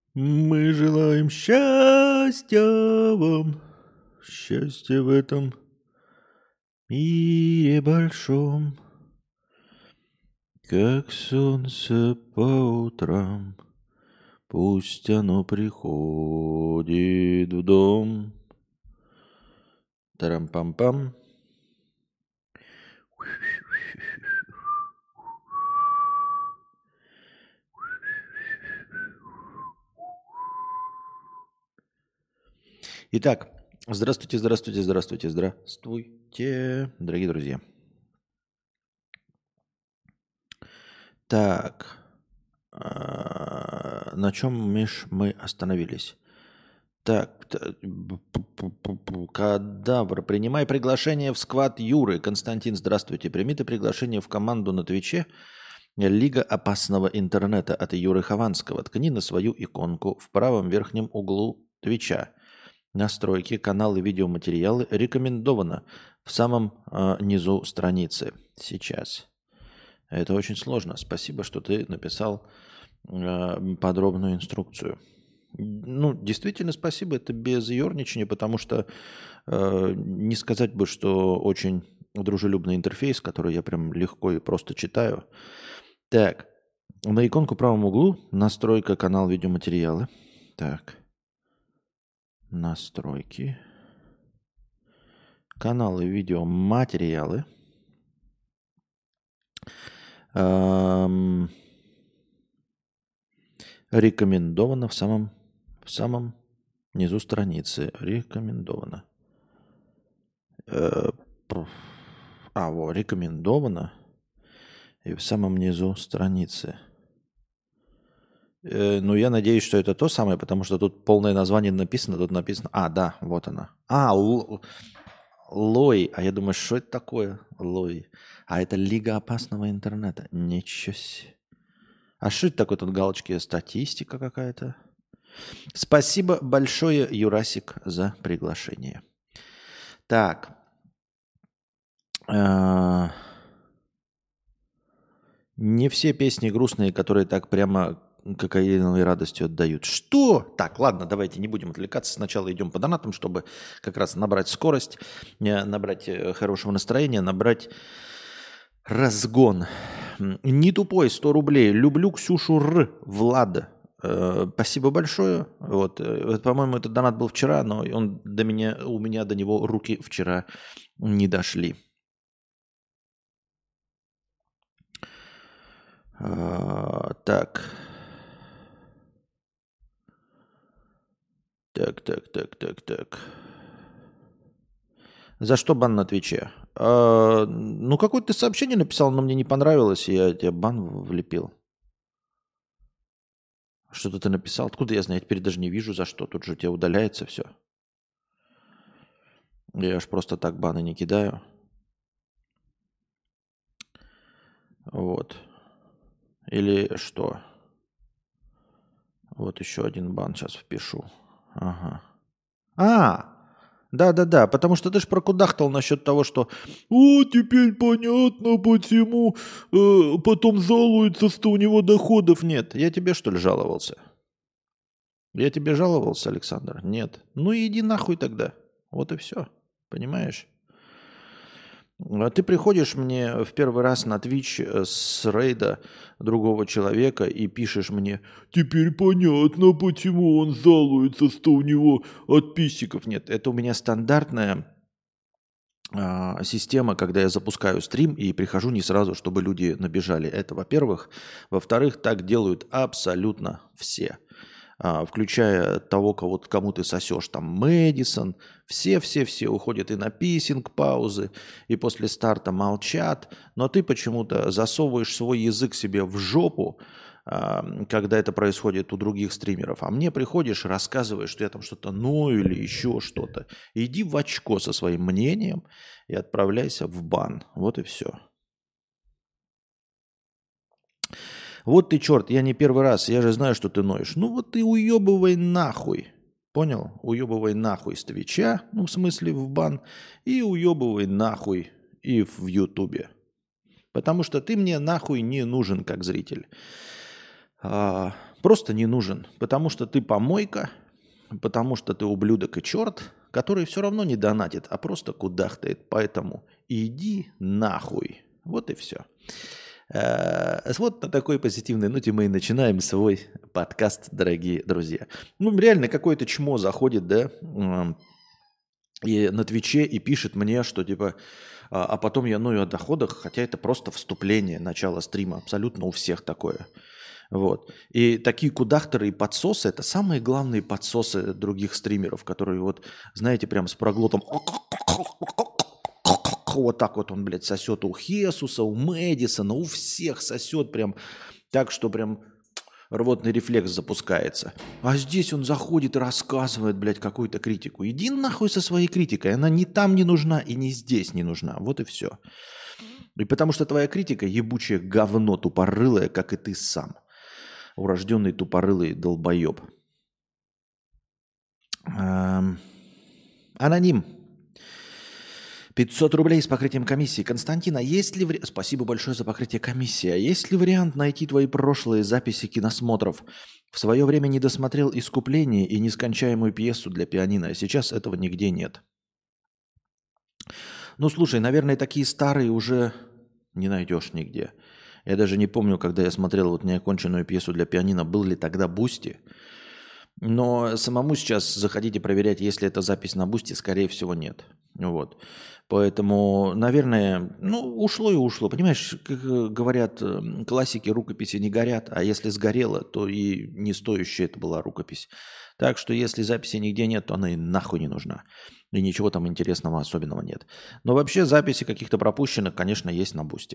Мы желаем счастья вам, счастья в этом мире большом, как солнце по утрам, пусть оно приходит в дом. Тарам-пам-пам. Итак, здравствуйте, здравствуйте, здравствуйте, здравствуйте, дорогие друзья. Так, на чем, Миш, мы остановились? Так, кадавр, принимай приглашение в сквад Юры. Константин, здравствуйте. Прими ты приглашение в команду на Твиче Лига опасного интернета от Юры Хованского. Ткни на свою иконку в правом верхнем углу Твича. Настройки, каналы, видеоматериалы рекомендовано в самом низу страницы. Сейчас. Это очень сложно. Спасибо, что ты написал подробную инструкцию. Ну, действительно, спасибо. Это без ерничания, потому что не сказать бы, что очень дружелюбный интерфейс, который я прям легко и просто читаю. Так, на иконку в правом углу настройка, канал, видеоматериалы. Так, настройки, каналы, видеоматериалы. Рекомендовано в самом низу страницы. Рекомендовано. Рекомендовано. И в самом низу страницы. Ну, я надеюсь, что это то самое, потому что тут полное название написано. Тут написано... да, вот она. Лой. А я думаю, что это такое? Лой. А это Лига опасного интернета. Ничего себе. А что это такое? Тут галочки, статистика какая-то. Спасибо большое, Юрасик, за приглашение. Так. Не все песни грустные, которые так прямо кокаиновой радостью отдают. Что? Так, ладно, давайте не будем отвлекаться. Сначала идем по донатам, чтобы как раз набрать скорость, набрать хорошего настроения, набрать разгон. Не тупой, 100 рублей. Люблю Ксюшу Р. Влад. Спасибо большое. Вот, по-моему, этот донат был вчера, но у меня до него руки вчера не дошли. Так. Так. За что бан на Твиче? Ну, какое-то ты сообщение написал, но мне не понравилось, и я тебе бан влепил. Что-то ты написал. Откуда я знаю? Я теперь даже не вижу, за что. Тут же у тебя удаляется все. Я ж просто так баны не кидаю. Вот. Или что? Вот еще один бан сейчас впишу. Ага. Да, потому что ты ж прокудахтал насчет того, что теперь понятно, почему потом жалуется, что у него доходов нет. Я тебе, что ли, жаловался? Я тебе жаловался, Александр? Нет. Ну иди нахуй тогда. Вот и все. Понимаешь? А ты приходишь мне в первый раз на Twitch с рейда другого человека и пишешь мне: «Теперь понятно, почему он жалуется, что у него подписчиков нет». Это у меня стандартная система, когда я запускаю стрим и прихожу не сразу, чтобы люди набежали. Это, во-первых. Во-вторых, так делают абсолютно все. Включая того, кому ты сосешь, там, Мэдисон. Все уходят и на писинг паузы, и после старта молчат. Но ты почему-то засовываешь свой язык себе в жопу, когда это происходит у других стримеров. А мне приходишь и рассказываешь, что я там что-то ною или еще что-то. Иди в очко со своим мнением и отправляйся в бан. Вот и все. Вот ты черт, я не первый раз, я же знаю, что ты ноешь. Ну вот ты уебывай нахуй. Понял? Уебывай нахуй с Твича, ну в смысле в бан, и уебывай нахуй и в Ютубе. Потому что ты мне нахуй не нужен как зритель. просто не нужен. Потому что ты помойка, потому что ты ублюдок и черт, который все равно не донатит, а просто кудахтает. Поэтому иди нахуй. Вот и все. Вот на такой позитивной ноте мы и начинаем свой подкаст, дорогие друзья. Ну, реально, какое-то чмо заходит, да, и на Твиче и пишет мне, что типа, а потом я ною о доходах, хотя это просто вступление, начало стрима, абсолютно у всех такое. Вот. И такие кудахтеры и подсосы – это самые главные подсосы других стримеров, которые вот, знаете, прям с проглотом вот так вот он, блядь, сосет у Хесуса, у Мэдисона, у всех сосет прям так, что прям рвотный рефлекс запускается. А здесь он заходит и рассказывает, блядь, какую-то критику. Иди нахуй со своей критикой. Она ни там не нужна и ни здесь не нужна. Вот и все. И потому что твоя критика ебучее говно тупорылое, как и ты сам. Урожденный тупорылый долбоеб. Аноним. 500 рублей с покрытием комиссии. Константин, а есть ли... Спасибо большое за покрытие комиссии. А есть ли вариант найти твои прошлые записи киносмотров? В свое время не досмотрел «Искупление» и нескончаемую пьесу для пианино, а сейчас этого нигде нет. Ну, слушай, наверное, такие старые уже не найдешь нигде. Я даже не помню, когда я смотрел вот неоконченную пьесу для пианино, был ли тогда Бусти. Но самому сейчас заходить и проверять, есть ли эта запись на Бусти, скорее всего, нет. Вот. Поэтому, наверное, ушло и ушло. Понимаешь, как говорят классики, рукописи не горят, а если сгорело, то и не стоящая это была рукопись. Так что если записи нигде нет, то она и нахуй не нужна. И ничего там интересного особенного нет. Но вообще записи каких-то пропущенных, конечно, есть на Бусти.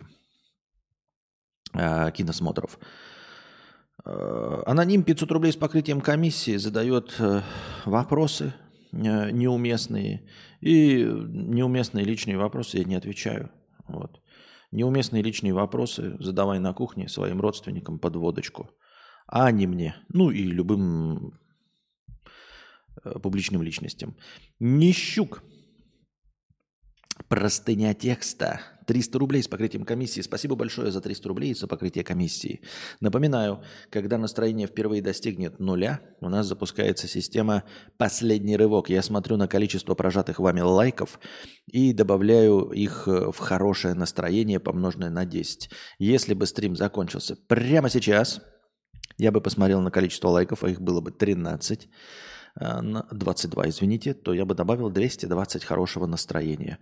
Киносмотров. Аноним 500 рублей с покрытием комиссии задает вопросы неуместные. И неуместные личные вопросы я не отвечаю. Вот. Неуместные личные вопросы задавай на кухне своим родственникам под водочку. А не мне. Ну и любым публичным личностям. Нищук. Простыня текста. 300 рублей с покрытием комиссии. Спасибо большое за 300 рублей за покрытие комиссии. Напоминаю, когда настроение впервые достигнет нуля, у нас запускается система «Последний рывок». Я смотрю на количество прожатых вами лайков и добавляю их в хорошее настроение, помноженное на 10. Если бы стрим закончился прямо сейчас, я бы посмотрел на количество лайков, а их было бы 13, 22, извините, то я бы добавил 220 хорошего настроения.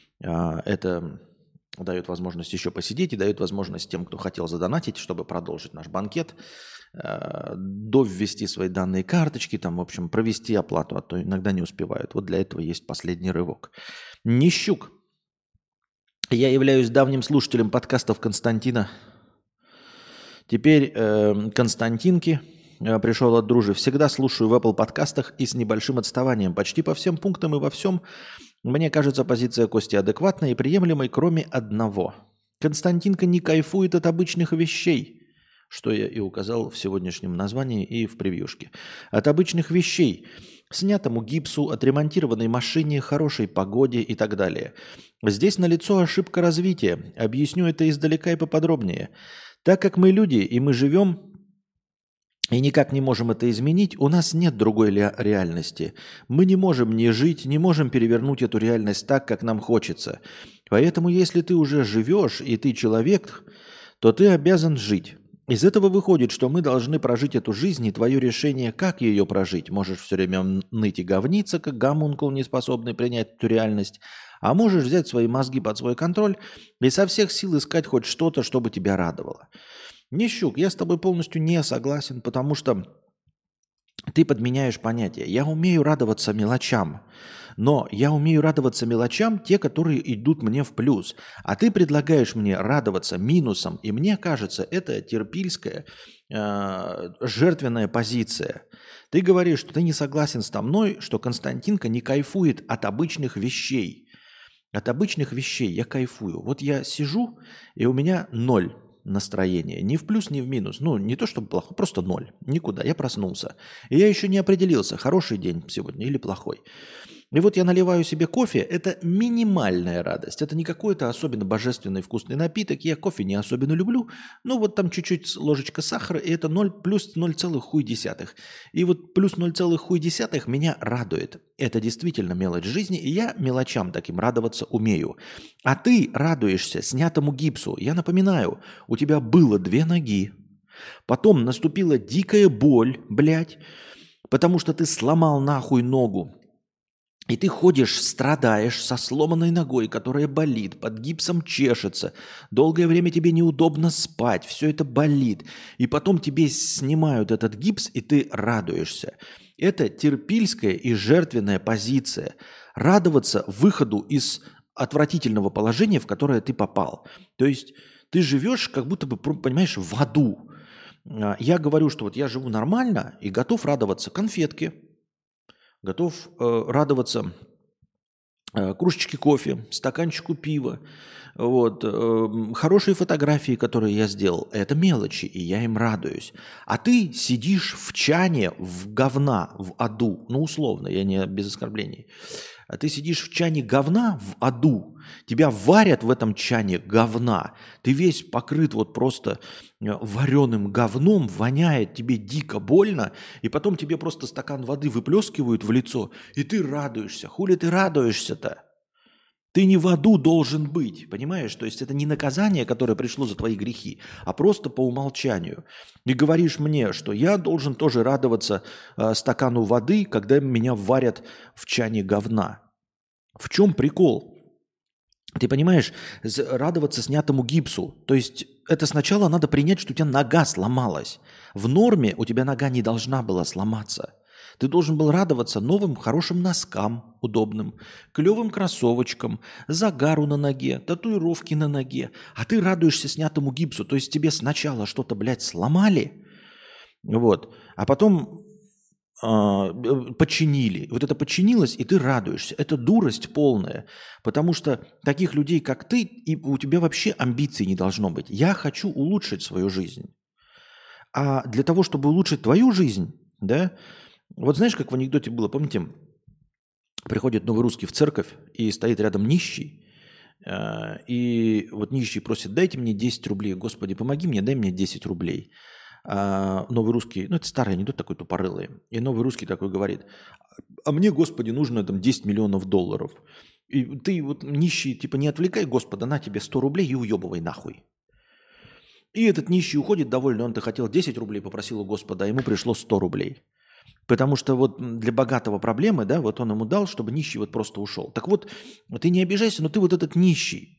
Это дает возможность еще посидеть и дает возможность тем, кто хотел задонатить, чтобы продолжить наш банкет, доввести свои данные карточки, там, в общем, провести оплату, а то иногда не успевают. Вот для этого есть последний рывок. Нищук. Я являюсь давним слушателем подкастов Константина. Теперь Константинки пришел от дружи. Всегда слушаю в Apple подкастах и с небольшим отставанием. Почти по всем пунктам и во всем, мне кажется, позиция Кости адекватной и приемлемой, кроме одного. Константинка не кайфует от обычных вещей, что я и указал в сегодняшнем названии и в превьюшке. От обычных вещей. Снятому гипсу, отремонтированной машине, хорошей погоде и так далее. Здесь налицо ошибка развития. Объясню это издалека и поподробнее. Так как мы люди и мы живем и никак не можем это изменить, у нас нет другой реальности. Мы не можем не жить, не можем перевернуть эту реальность так, как нам хочется. Поэтому если ты уже живешь и ты человек, то ты обязан жить. Из этого выходит, что мы должны прожить эту жизнь, и твое решение, как ее прожить. Можешь все время ныть и говниться, как гомункул, не способный принять эту реальность, а можешь взять свои мозги под свой контроль и со всех сил искать хоть что-то, чтобы тебя радовало. Нищук, я с тобой полностью не согласен, потому что ты подменяешь понятия. Я умею радоваться мелочам, но я умею радоваться мелочам, те, которые идут мне в плюс. А ты предлагаешь мне радоваться минусом, и мне кажется, это терпильская, жертвенная позиция. Ты говоришь, что ты не согласен со мной, что Константинка не кайфует от обычных вещей. От обычных вещей я кайфую. Вот я сижу, и у меня 0 настроения. Ни в плюс, ни в минус. Ну, не то чтобы плохо, просто 0. Никуда. Я проснулся. И я еще не определился, хороший день сегодня или плохой. И вот я наливаю себе кофе, это минимальная радость. Это не какой-то особенно божественный вкусный напиток. Я кофе не особенно люблю, но вот там чуть-чуть ложечка сахара, и это 0 плюс 0,1. И вот плюс 0,1 меня радует. Это действительно мелочь жизни, и я мелочам таким радоваться умею. А ты радуешься снятому гипсу. Я напоминаю, у тебя было 2 ноги, потом наступила дикая боль, блядь, потому что ты сломал нахуй ногу. И ты ходишь, страдаешь со сломанной ногой, которая болит, под гипсом чешется. Долгое время тебе неудобно спать, все это болит. И потом тебе снимают этот гипс, и ты радуешься. Это терпильская и жертвенная позиция. Радоваться выходу из отвратительного положения, в которое ты попал. То есть ты живешь как будто бы, понимаешь, в аду. Я говорю, что вот я живу нормально и готов радоваться конфетке. Готов радоваться кружечке кофе, стаканчику пива, вот, хорошие фотографии, которые я сделал. Это мелочи, и я им радуюсь. А ты сидишь в чане, в говна, в аду. Ну, условно, я не без оскорблений. А ты сидишь в чане говна в аду, тебя варят в этом чане говна, ты весь покрыт вот просто вареным говном, воняет, тебе дико больно, и потом тебе просто стакан воды выплескивают в лицо, и ты радуешься. Хули ты радуешься-то? Ты не в аду должен быть, понимаешь? То есть это не наказание, которое пришло за твои грехи, а просто по умолчанию. И говоришь мне, что я должен тоже радоваться стакану воды, когда меня варят в чане говна. В чем прикол? Ты понимаешь, радоваться снятому гипсу. То есть это сначала надо принять, что у тебя нога сломалась. В норме у тебя нога не должна была сломаться. Ты должен был радоваться новым хорошим носкам удобным, клевым кроссовочкам, загару на ноге, татуировки на ноге. А ты радуешься снятому гипсу. То есть тебе сначала что-то, блядь, сломали, вот, а потом починили. Вот это починилось, и ты радуешься. Это дурость полная. Потому что таких людей, как ты, и у тебя вообще амбиций не должно быть. Я хочу улучшить свою жизнь. А для того, чтобы улучшить твою жизнь, да, вот знаешь, как в анекдоте было, помните, приходит новый русский в церковь, и стоит рядом нищий, и вот нищий просит: дайте мне 10 рублей, Господи, помоги мне, дай мне 10 рублей. А новый русский, ну это старый анекдот такой тупорылый, и новый русский такой говорит: а мне, Господи, нужно там 10 миллионов долларов. И ты вот нищий, типа, не отвлекай Господа, на тебе 100 рублей и уебывай нахуй. И этот нищий уходит довольный, он-то хотел 10 рублей, попросил у Господа, а ему пришло 100 рублей. Потому что вот для богатого проблемы, да, вот он ему дал, чтобы нищий вот просто ушел. Так вот, ты не обижайся, но ты вот этот нищий.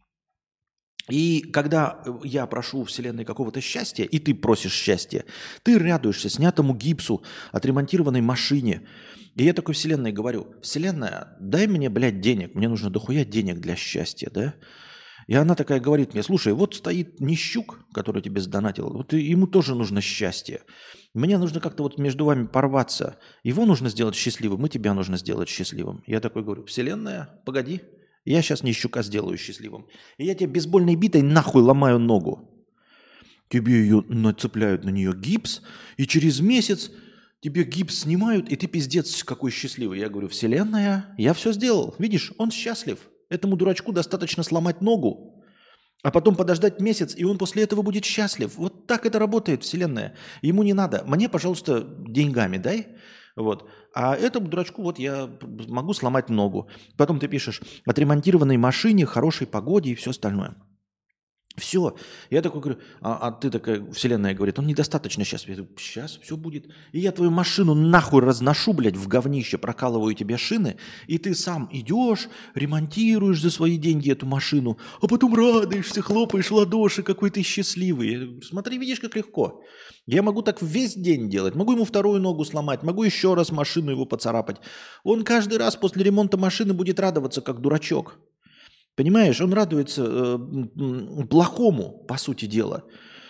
И когда я прошу у Вселенной какого-то счастья, и ты просишь счастья, ты радуешься снятому гипсу, отремонтированной машине. И я такой Вселенной говорю: Вселенная, дай мне, блядь, денег, мне нужно дохуя денег для счастья, да? И она такая говорит мне: слушай, вот стоит нищук, который тебе сдонатил, вот ему тоже нужно счастье. Мне нужно как-то вот между вами порваться. Его нужно сделать счастливым, и тебя нужно сделать счастливым. Я такой говорю: Вселенная, погоди, я сейчас нищука сделаю счастливым. И я тебе бейсбольной битой нахуй ломаю ногу. Тебе ее нацепляют на нее гипс, и через месяц тебе гипс снимают, и ты пиздец какой счастливый. Я говорю: Вселенная, я все сделал. Видишь, он счастлив. Этому дурачку достаточно сломать ногу, а потом подождать месяц, и он после этого будет счастлив. Вот так это работает, Вселенная. Ему не надо. Мне, пожалуйста, деньгами дай. Вот. А этому дурачку вот я могу сломать ногу. Потом ты пишешь: отремонтированной машине, хорошей погоде и все остальное. Все. Я такой говорю: а ты такая, Вселенная говорит: он недостаточно сейчас. Я говорю: сейчас все будет. И я твою машину нахуй разношу, блядь, в говнище, прокалываю тебе шины, и ты сам идешь, ремонтируешь за свои деньги эту машину, а потом радуешься, хлопаешь в ладоши, какой ты счастливый. Я говорю: смотри, видишь, как легко. Я могу так весь день делать. Могу ему вторую ногу сломать, могу еще раз машину его поцарапать. Он каждый раз после ремонта машины будет радоваться, как дурачок. Понимаешь, он радуется плохому, по сути дела.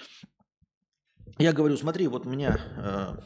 Я говорю: смотри, вот у меня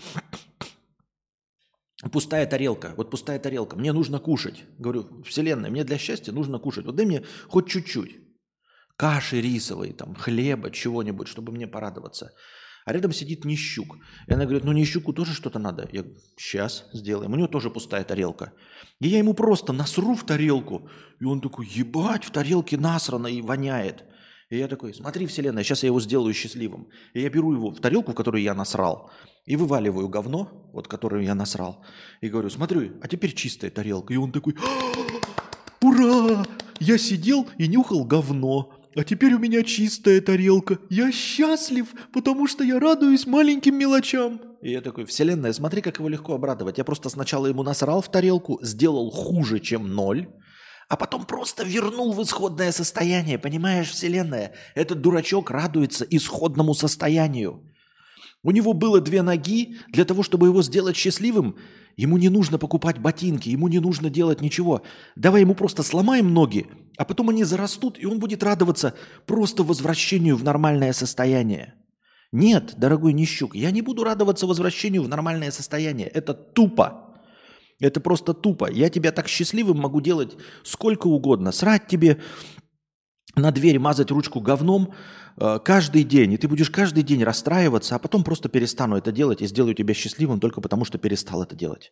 пустая тарелка, вот пустая тарелка, мне нужно кушать. Говорю: Вселенная, мне для счастья нужно кушать. Вот дай мне хоть чуть-чуть каши рисовой, там, хлеба, чего-нибудь, чтобы мне порадоваться. А рядом сидит Нищук. И она говорит, ну Нищуку тоже что-то надо. Я говорю, сейчас сделаем. У него тоже пустая тарелка. И я ему просто насру в тарелку. И он такой, ебать, в тарелке насрано и воняет. И я такой, смотри, вселенная, сейчас я его сделаю счастливым. И я беру его в тарелку, в которую я насрал, и вываливаю говно, вот которое я насрал. И говорю, смотри, а теперь чистая тарелка. И он такой, ура! Я сидел и нюхал говно. А теперь у меня чистая тарелка. Я счастлив, потому что я радуюсь маленьким мелочам. И я такой, вселенная, смотри, как его легко обрадовать. Я просто сначала ему насрал в тарелку, сделал хуже, чем 0, а потом просто вернул в исходное состояние. Понимаешь, вселенная? Этот дурачок радуется исходному состоянию. У него было 2 ноги. Для того, чтобы его сделать счастливым, ему не нужно покупать ботинки, ему не нужно делать ничего. Давай ему просто сломаем ноги, а потом они зарастут, и он будет радоваться просто возвращению в нормальное состояние. Нет, дорогой Нищук, я не буду радоваться возвращению в нормальное состояние. Это тупо. Это просто тупо. Я тебя так счастливым могу делать сколько угодно. Срать тебе на дверь, мазать ручку говном каждый день. И ты будешь каждый день расстраиваться, а потом просто перестану это делать и сделаю тебя счастливым только потому, что перестал это делать.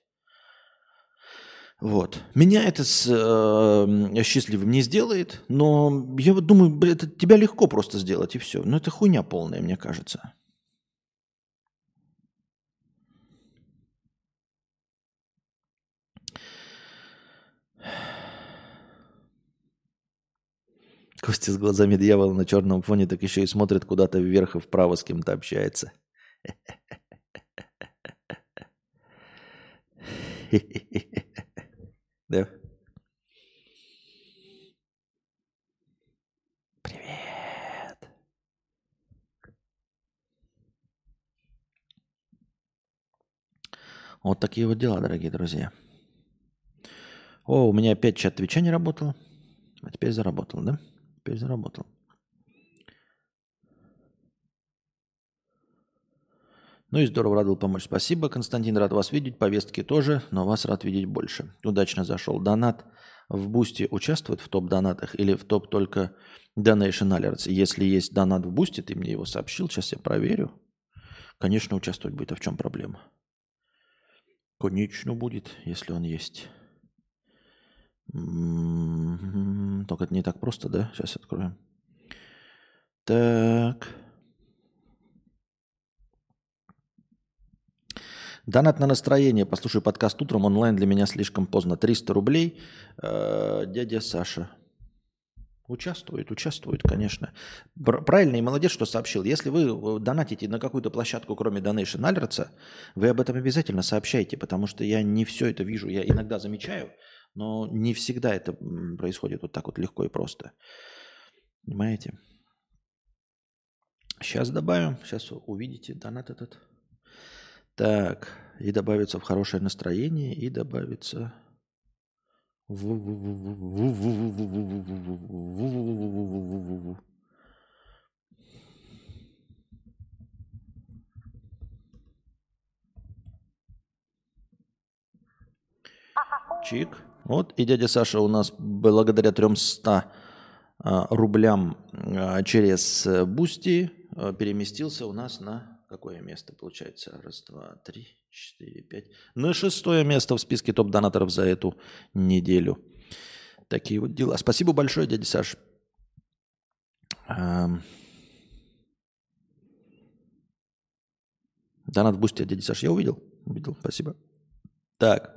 Вот. Меня это счастливым не сделает, но я вот думаю, это тебя легко просто сделать и все. Но это хуйня полная, мне кажется. Костя с глазами дьявола на черном фоне так еще и смотрит куда-то вверх и вправо, с кем-то общается. Да. Привет. Вот такие вот дела, дорогие друзья. О, у меня опять чат Твича не работал. А теперь заработал, да? Теперь заработал. Ну и здорово, рад был помочь. Спасибо, Константин, рад вас видеть. Повестки тоже, но вас рад видеть больше. Удачно зашел. Донат в Бусти участвует в топ-донатах или в топ только Donation Alerts? Если есть донат в Бусти, ты мне его сообщил, сейчас я проверю. Конечно, участвовать будет. А в чем проблема? Конечно будет, если он есть. Только это не так просто, да? Сейчас откроем. Так. Донат на настроение. Послушай подкаст утром онлайн для меня слишком поздно. 300 рублей. Дядя Саша. Участвует, конечно. Правильно и молодец, что сообщил. Если вы донатите на какую-то площадку, кроме Donation Alerts, вы об этом обязательно сообщайте, потому что я не все это вижу. Я иногда замечаю, но не всегда это происходит вот так вот легко и просто. Понимаете? Сейчас добавим. Сейчас увидите донат этот. Так, и добавится в хорошее настроение, и добавится... Чик. Вот, и дядя Саша у нас благодаря 300 рублям через Бусти переместился у нас на какое место получается? Раз, два, три, четыре, пять. На 6-е место в списке топ-донаторов за эту неделю. Такие вот дела. Спасибо большое, дядя Саш. Донат в Бусти от дяди Саш я увидел? Увидел, спасибо. Так.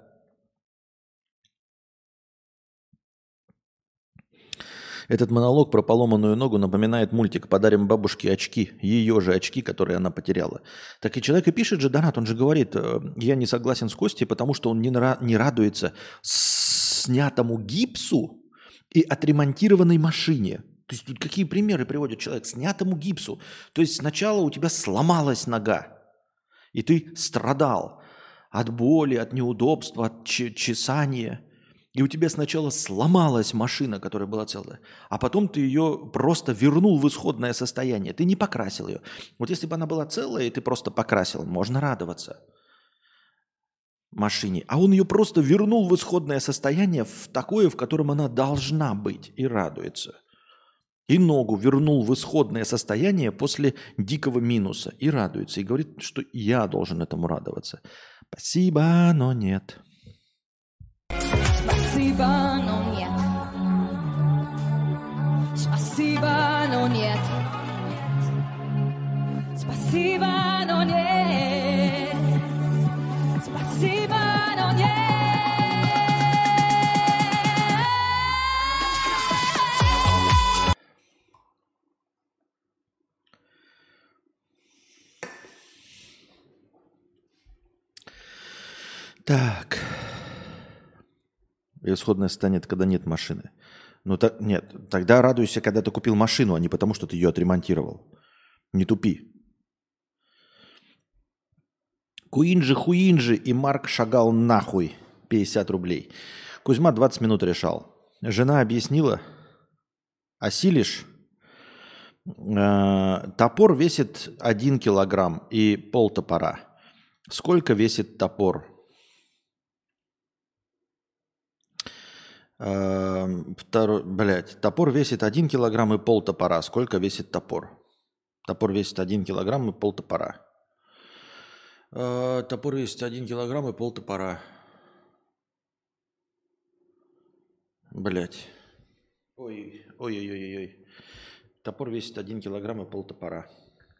Этот монолог про поломанную ногу напоминает мультик «Подарим бабушке очки», ее же очки, которые она потеряла. Так и человек и пишет же донат, он же говорит, я не согласен с Костей, потому что он не радуется снятому гипсу и отремонтированной машине. То есть какие примеры приводит человек? Снятому гипсу. То есть сначала у тебя сломалась нога, и ты страдал от боли, от неудобства, от чесания. И у тебя сначала сломалась машина, которая была целая, а потом ты ее просто вернул в исходное состояние. Ты не покрасил ее. Вот если бы она была целая, и ты просто покрасил, можно радоваться машине. А он ее просто вернул в исходное состояние, в такое, в котором она должна быть, и радуется. И ногу вернул в исходное состояние после дикого минуса. И радуется. И говорит, что я должен этому радоваться. Спасибо, но нет. Спасибо, но нет. Спасибо, но нет. Спасибо, но нет. Спасибо, но нет. Так. Исходное состояние – это когда нет машины. Ну, так, нет, тогда радуйся, когда ты купил машину, а не потому, что ты ее отремонтировал. Не тупи. Хуинджи и Марк шагал нахуй. 50 рублей. Кузьма 20 минут решал. Жена объяснила. Осилишь? Топор весит 1 килограмм и полтопора. Сколько весит топор? Топор весит 1 килограмм и полтопора. Сколько весит топор? Топор весит 1 килограмм и полтопора. Топор весит 1 килограмм и полтопора. Блять. Ой. Топор весит 1 килограмм и полтопора.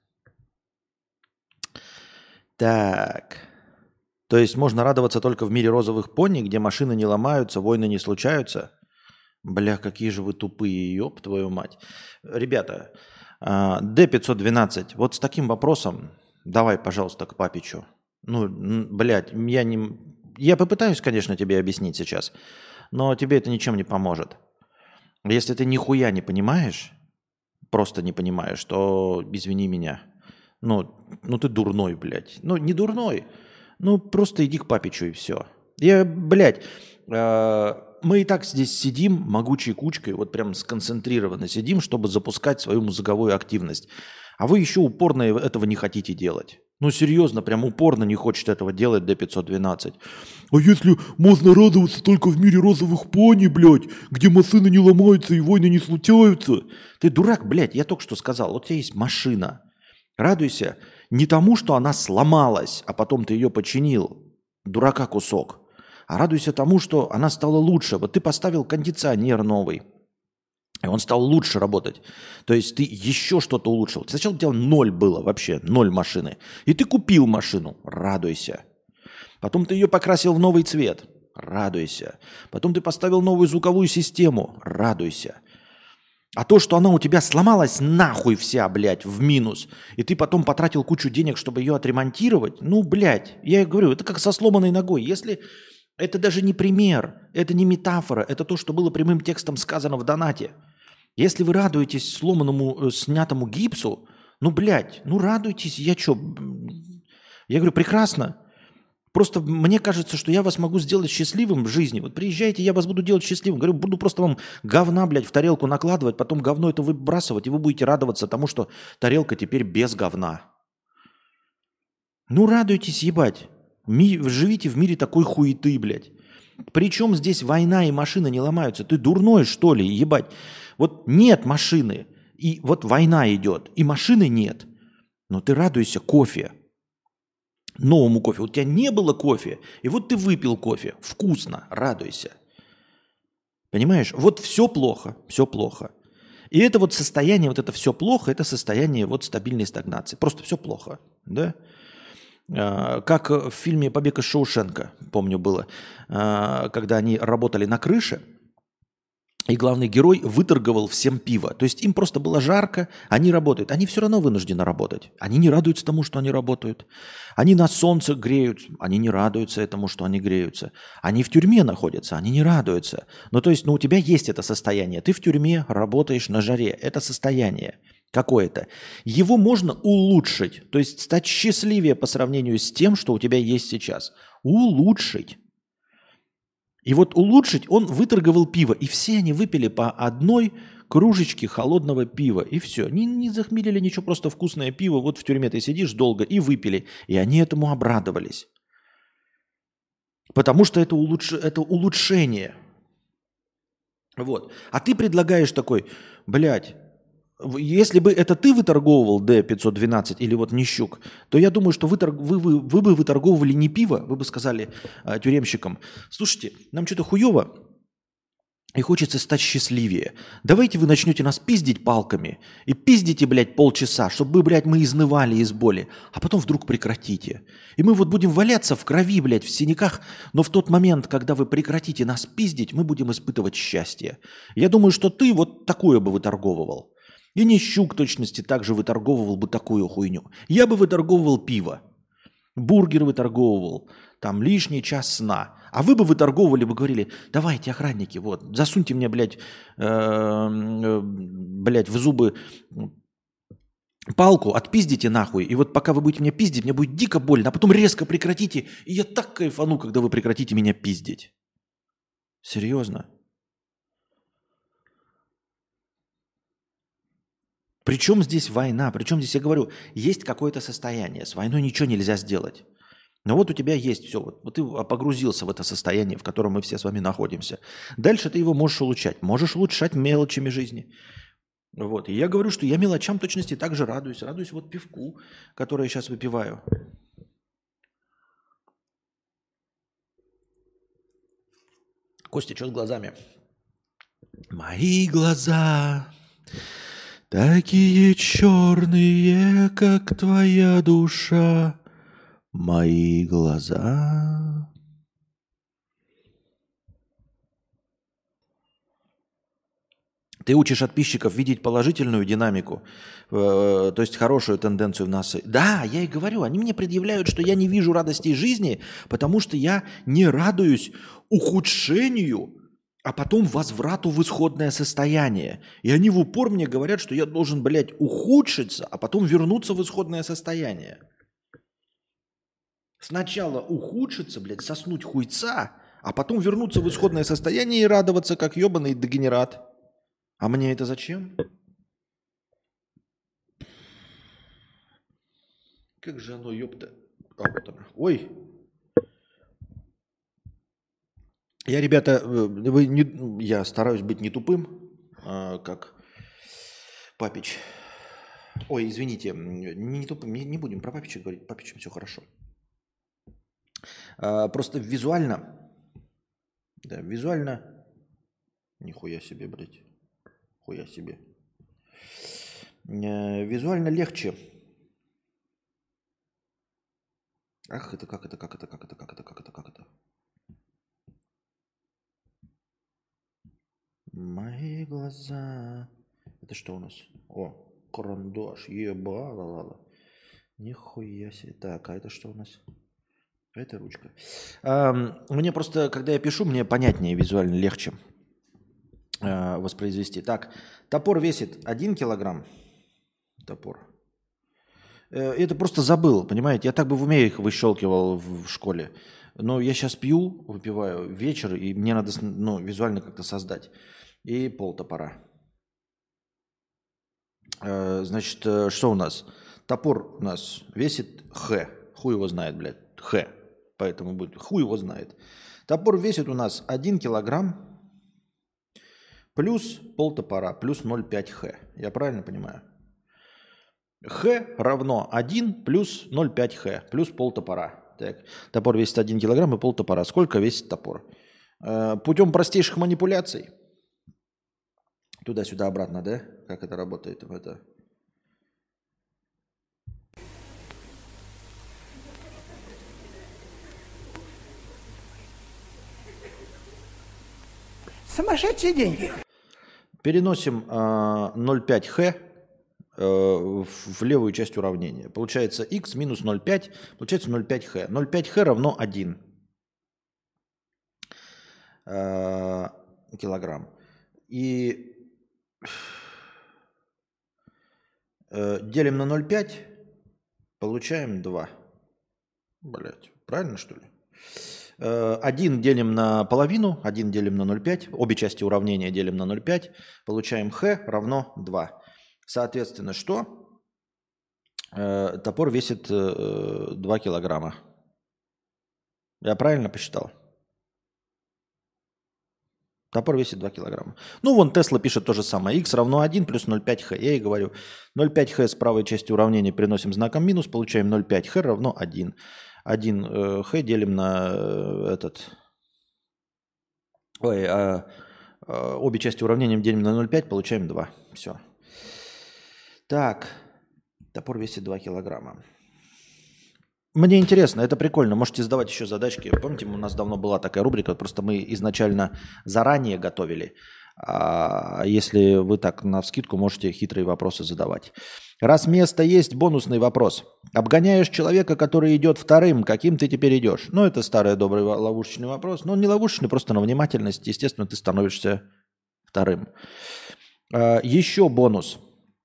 Так. То есть можно радоваться только в мире розовых пони, где машины не ломаются, войны не случаются? Бля, какие же вы тупые, ёб твою мать. Ребята, D512, вот с таким вопросом давай, пожалуйста, к Папичу. Ну, блядь, я попытаюсь, конечно, тебе объяснить сейчас, но тебе это ничем не поможет. Если ты нихуя не понимаешь, просто не понимаешь, то извини меня. Ну ты дурной, блядь. Ну, не дурной. Ну, просто иди к Папичу и все. Мы и так здесь сидим могучей кучкой, вот прям сконцентрированно сидим, чтобы запускать свою мозговую активность. А вы еще упорно этого не хотите делать. Ну, серьезно, прям упорно не хочет этого делать D512. А если можно радоваться только в мире розовых пони, блядь, где машины не ломаются и войны не случаются? Ты дурак, блядь, я только что сказал. Вот у тебя есть машина. Радуйся не тому, что она сломалась, а потом ты ее починил, дурака кусок, а радуйся тому, что она стала лучше. Вот ты поставил кондиционер новый, и он стал лучше работать. То есть ты еще что-то улучшил. Сначала у тебя 0 было вообще, 0 машины. И ты купил машину, радуйся. Потом ты ее покрасил в новый цвет, радуйся. Потом ты поставил новую звуковую систему, радуйся. А то, что она у тебя сломалась нахуй вся, блядь, в минус, и ты потом потратил кучу денег, чтобы ее отремонтировать, ну, блядь, я говорю, это как со сломанной ногой. Если это даже не пример, это не метафора, это то, что было прямым текстом сказано в донате. Если вы радуетесь сломанному, снятому гипсу, ну, блядь, ну, радуйтесь, я что? Я говорю, прекрасно. Просто мне кажется, что я вас могу сделать счастливым в жизни. Вот приезжайте, я вас буду делать счастливым. Говорю, буду просто вам говна, блядь, в тарелку накладывать, потом говно это выбрасывать, и вы будете радоваться тому, что тарелка теперь без говна. Ну, радуйтесь, ебать. Живите в мире такой хуеты, блядь. Причем здесь война и машины не ломаются? Ты дурной, что ли, ебать? Вот нет машины, и вот война идет, и машины нет. Но ты радуйся кофе. Новому кофе. Вот у тебя не было кофе, и вот ты выпил кофе. Вкусно, радуйся. Понимаешь? Вот все плохо, все плохо. И это вот состояние, вот это все плохо, это состояние вот стабильной стагнации. Просто все плохо, да? Как в фильме «Побег из Шоушенка», помню, было, когда они работали на крыше, и главный герой выторговал всем пиво. То есть им просто было жарко, они работают. Они все равно вынуждены работать. Они не радуются тому, что они работают. Они на солнце греют, они не радуются этому, что они греются. Они в тюрьме находятся, они не радуются. Ну, то есть, у тебя есть это состояние. Ты в тюрьме работаешь на жаре. Это состояние какое-то. Его можно улучшить. То есть стать счастливее по сравнению с тем, что у тебя есть сейчас. Улучшить. И вот улучшить он выторговал пиво. И все они выпили по одной кружечке холодного пива. И все. Не захмелили ничего, просто вкусное пиво. Вот в тюрьме ты сидишь долго и выпили. И они этому обрадовались. Потому что это улучшение. Вот. А ты предлагаешь такой, блядь, Если бы это ты выторговывал D512 или вот Нищук, то я думаю, что вы бы выторговывали не пиво, вы бы сказали тюремщикам: слушайте, нам что-то хуево и хочется стать счастливее. Давайте вы начнете нас пиздить палками и пиздите, блядь, полчаса, чтобы, блядь, мы изнывали из боли, а потом вдруг прекратите. И мы вот будем валяться в крови, блядь, в синяках, но в тот момент, когда вы прекратите нас пиздить, мы будем испытывать счастье. Я думаю, что ты вот такое бы выторговывал. И Нищук, в точности, также выторговывал бы такую хуйню. Я бы выторговывал пиво, бургер выторговывал, там лишний час сна. А вы бы выторговывали, бы говорили: давайте, охранники, вот, засуньте мне, блядь, в зубы палку, отпиздите нахуй. И вот пока вы будете меня пиздить, мне будет дико больно, а потом резко прекратите, и я так кайфану, когда вы прекратите меня пиздить. Серьезно? Причем здесь война? Причем здесь, я говорю, есть какое-то состояние. С войной ничего нельзя сделать. Но вот у тебя есть все. Вот ты погрузился в это состояние, в котором мы все с вами находимся. Дальше ты его можешь улучшать. Можешь улучшать мелочами жизни. Вот. И я говорю, что я мелочам точности также радуюсь. Радуюсь вот пивку, которое я сейчас выпиваю. Костя, что с глазами? Мои глаза такие черные, как твоя душа. Мои глаза. Ты учишь подписчиков видеть положительную динамику, то есть хорошую тенденцию в нас. Да, я и говорю, они мне предъявляют, что я не вижу радости жизни, потому что я не радуюсь ухудшению, а потом возврату в исходное состояние. И они в упор мне говорят, что я должен, блядь, ухудшиться, а потом вернуться в исходное состояние. Сначала ухудшиться, блядь, соснуть хуйца, а потом вернуться в исходное состояние и радоваться, как ебаный дегенерат. А мне это зачем? Как же оно, ёпта. А вот оно. Ой. Я, ребята, я стараюсь быть не тупым, как Папич. Ой, извините, не тупым, не будем про Папича говорить, Папичем все хорошо. Просто визуально, да, визуально, нихуя себе, блядь, хуя себе. Визуально легче. Ах, это как это? Мои глаза. Это что у нас? О, карандаш, ебала. Нихуя себе. Так, а это что у нас? Это ручка. Мне просто, когда я пишу, мне понятнее, визуально легче воспроизвести. Так, топор весит 1 килограмм. Топор. Это просто забыл, понимаете? Я так бы в уме их выщелкивал в школе. Но я сейчас выпиваю вечер, и мне надо визуально как-то создать. И полтопора. Значит, что у нас? Топор у нас весит Х. Хуй его знает, блядь. Х. Поэтому будет хуй его знает. Топор весит у нас 1 килограмм плюс полтопора, плюс 0,5 Х. Я правильно понимаю? Х равно 1 плюс 0,5 Х, плюс полтопора. Так, топор весит 1 килограмм и полтопора. Сколько весит топор? Путем простейших манипуляций. Туда-сюда, обратно, да? Как это работает? Это... Сумасшедшие деньги. Переносим 0,5 Х в левую часть уравнения. Получается х минус 0,5, получается 0,5 Х. 0,5 Х равно 1 килограмм. И делим на 0,5, получаем 2. Блять, правильно что ли? 1 делим на половину, 1 делим на 0,5, обе части уравнения делим на 0,5, получаем Х равно 2. Соответственно, что? Топор весит 2 килограмма. Я правильно посчитал? Топор весит 2 килограмма. Ну, вон Тесла пишет то же самое. Х равно 1 плюс 0,5х. Я ей говорю, 0,5х с правой части уравнения переносим знаком минус, получаем 0,5х равно 1. 1х делим на этот... Ой, обе части уравнения делим на 0,5, получаем 2. Все. Так, топор весит 2 килограмма. Мне интересно, это прикольно. Можете задавать еще задачки. Помните, у нас давно была такая рубрика, просто мы изначально заранее готовили. А если вы так навскидку, можете хитрые вопросы задавать. Раз место есть, бонусный вопрос. Обгоняешь человека, который идет вторым, каким ты теперь идешь? Ну, это старый добрый ловушечный вопрос. Но он не ловушечный, просто на внимательность. Естественно, ты становишься вторым. Еще бонус.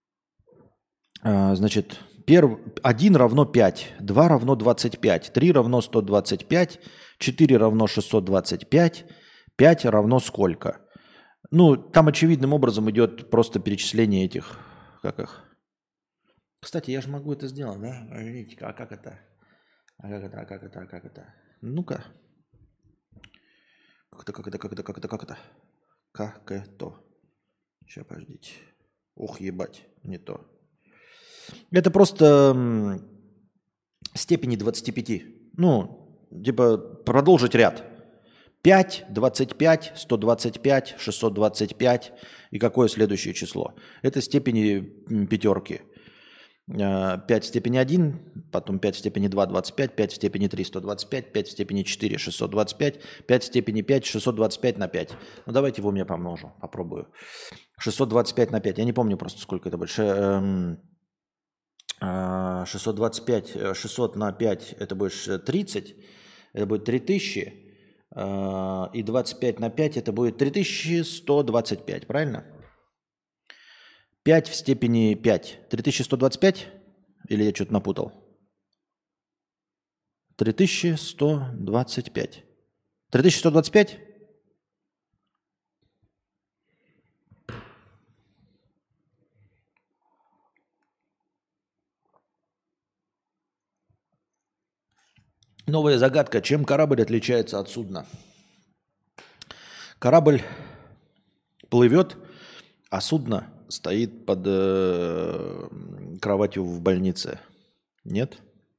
Значит, 1 равно 5, 2 равно 25, 3 равно 125, 4 равно 625, 5 равно сколько? Ну, там очевидным образом идет просто перечисление этих, как их. Кстати, я же могу это сделать, да? Видите, а как это? А как это? А как это? А как это? Ну-ка. Как это? Как это? Сейчас, подождите. Ух, ебать, не то. Это просто степени 25. Ну, типа продолжить ряд. 5, 25, 125, 625. И какое следующее число? Это степени пятерки. 5 в степени 1, потом 5 в степени 2, 25, 5 в степени 3, 125, 5 в степени 4, 625, 5 в степени 5, 625 на 5. Ну, давайте его мне помножу, попробую. 625 на 5. Я не помню просто, сколько это больше. 625, 600 на 5, это будет 30, это будет 3000, и 25 на 5, это будет 3125, правильно? 5 в степени 5, 3125, или я что-то напутал? 3125. 3125? Новая загадка. Чем корабль отличается от судна? Корабль плывет, а судно стоит под кроватью в больнице. Нет?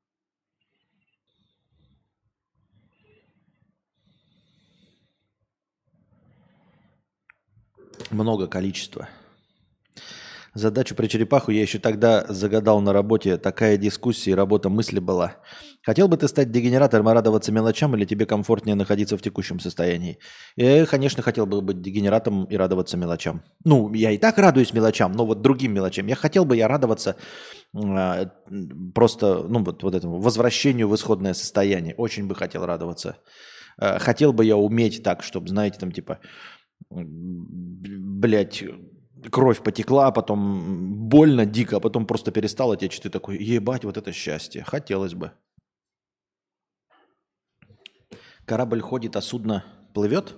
Много количества. Задачу про черепаху я еще тогда загадал на работе. Такая дискуссия и работа мысли была. Хотел бы ты стать дегенератором и радоваться мелочам, или тебе комфортнее находиться в текущем состоянии? Я, конечно, хотел бы быть дегенератом и радоваться мелочам. Ну, я и так радуюсь мелочам, но вот другим мелочам. Я хотел бы радоваться просто, ну, вот этому возвращению в исходное состояние. Очень бы хотел радоваться. Хотел бы я уметь так, чтобы, знаете, там типа, блядь, кровь потекла, а потом больно, дико, а потом просто перестала течь. Ты такой, ебать, вот это счастье. Хотелось бы. Корабль ходит, а судно плывет?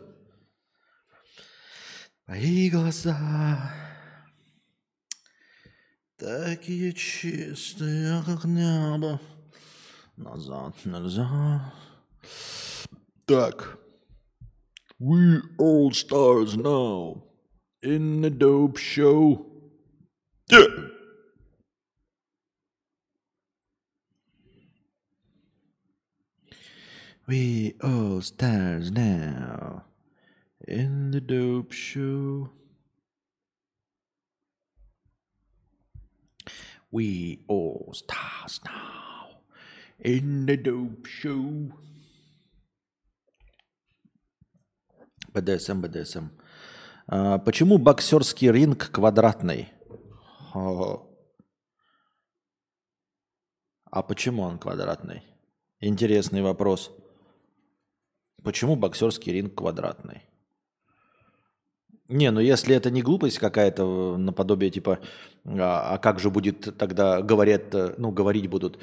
Мои глаза такие чистые, как небо. Назад нельзя. Так. We all stars now. In the dope show. Yeah. We all stars now. In the dope show. We all stars now. In the dope show. БДСМ, БДСМ. Почему боксерский ринг квадратный? А почему он квадратный? Интересный вопрос. Почему боксерский ринг квадратный? Не, ну если это не глупость какая-то наподобие типа, а как же будет тогда, говорить будут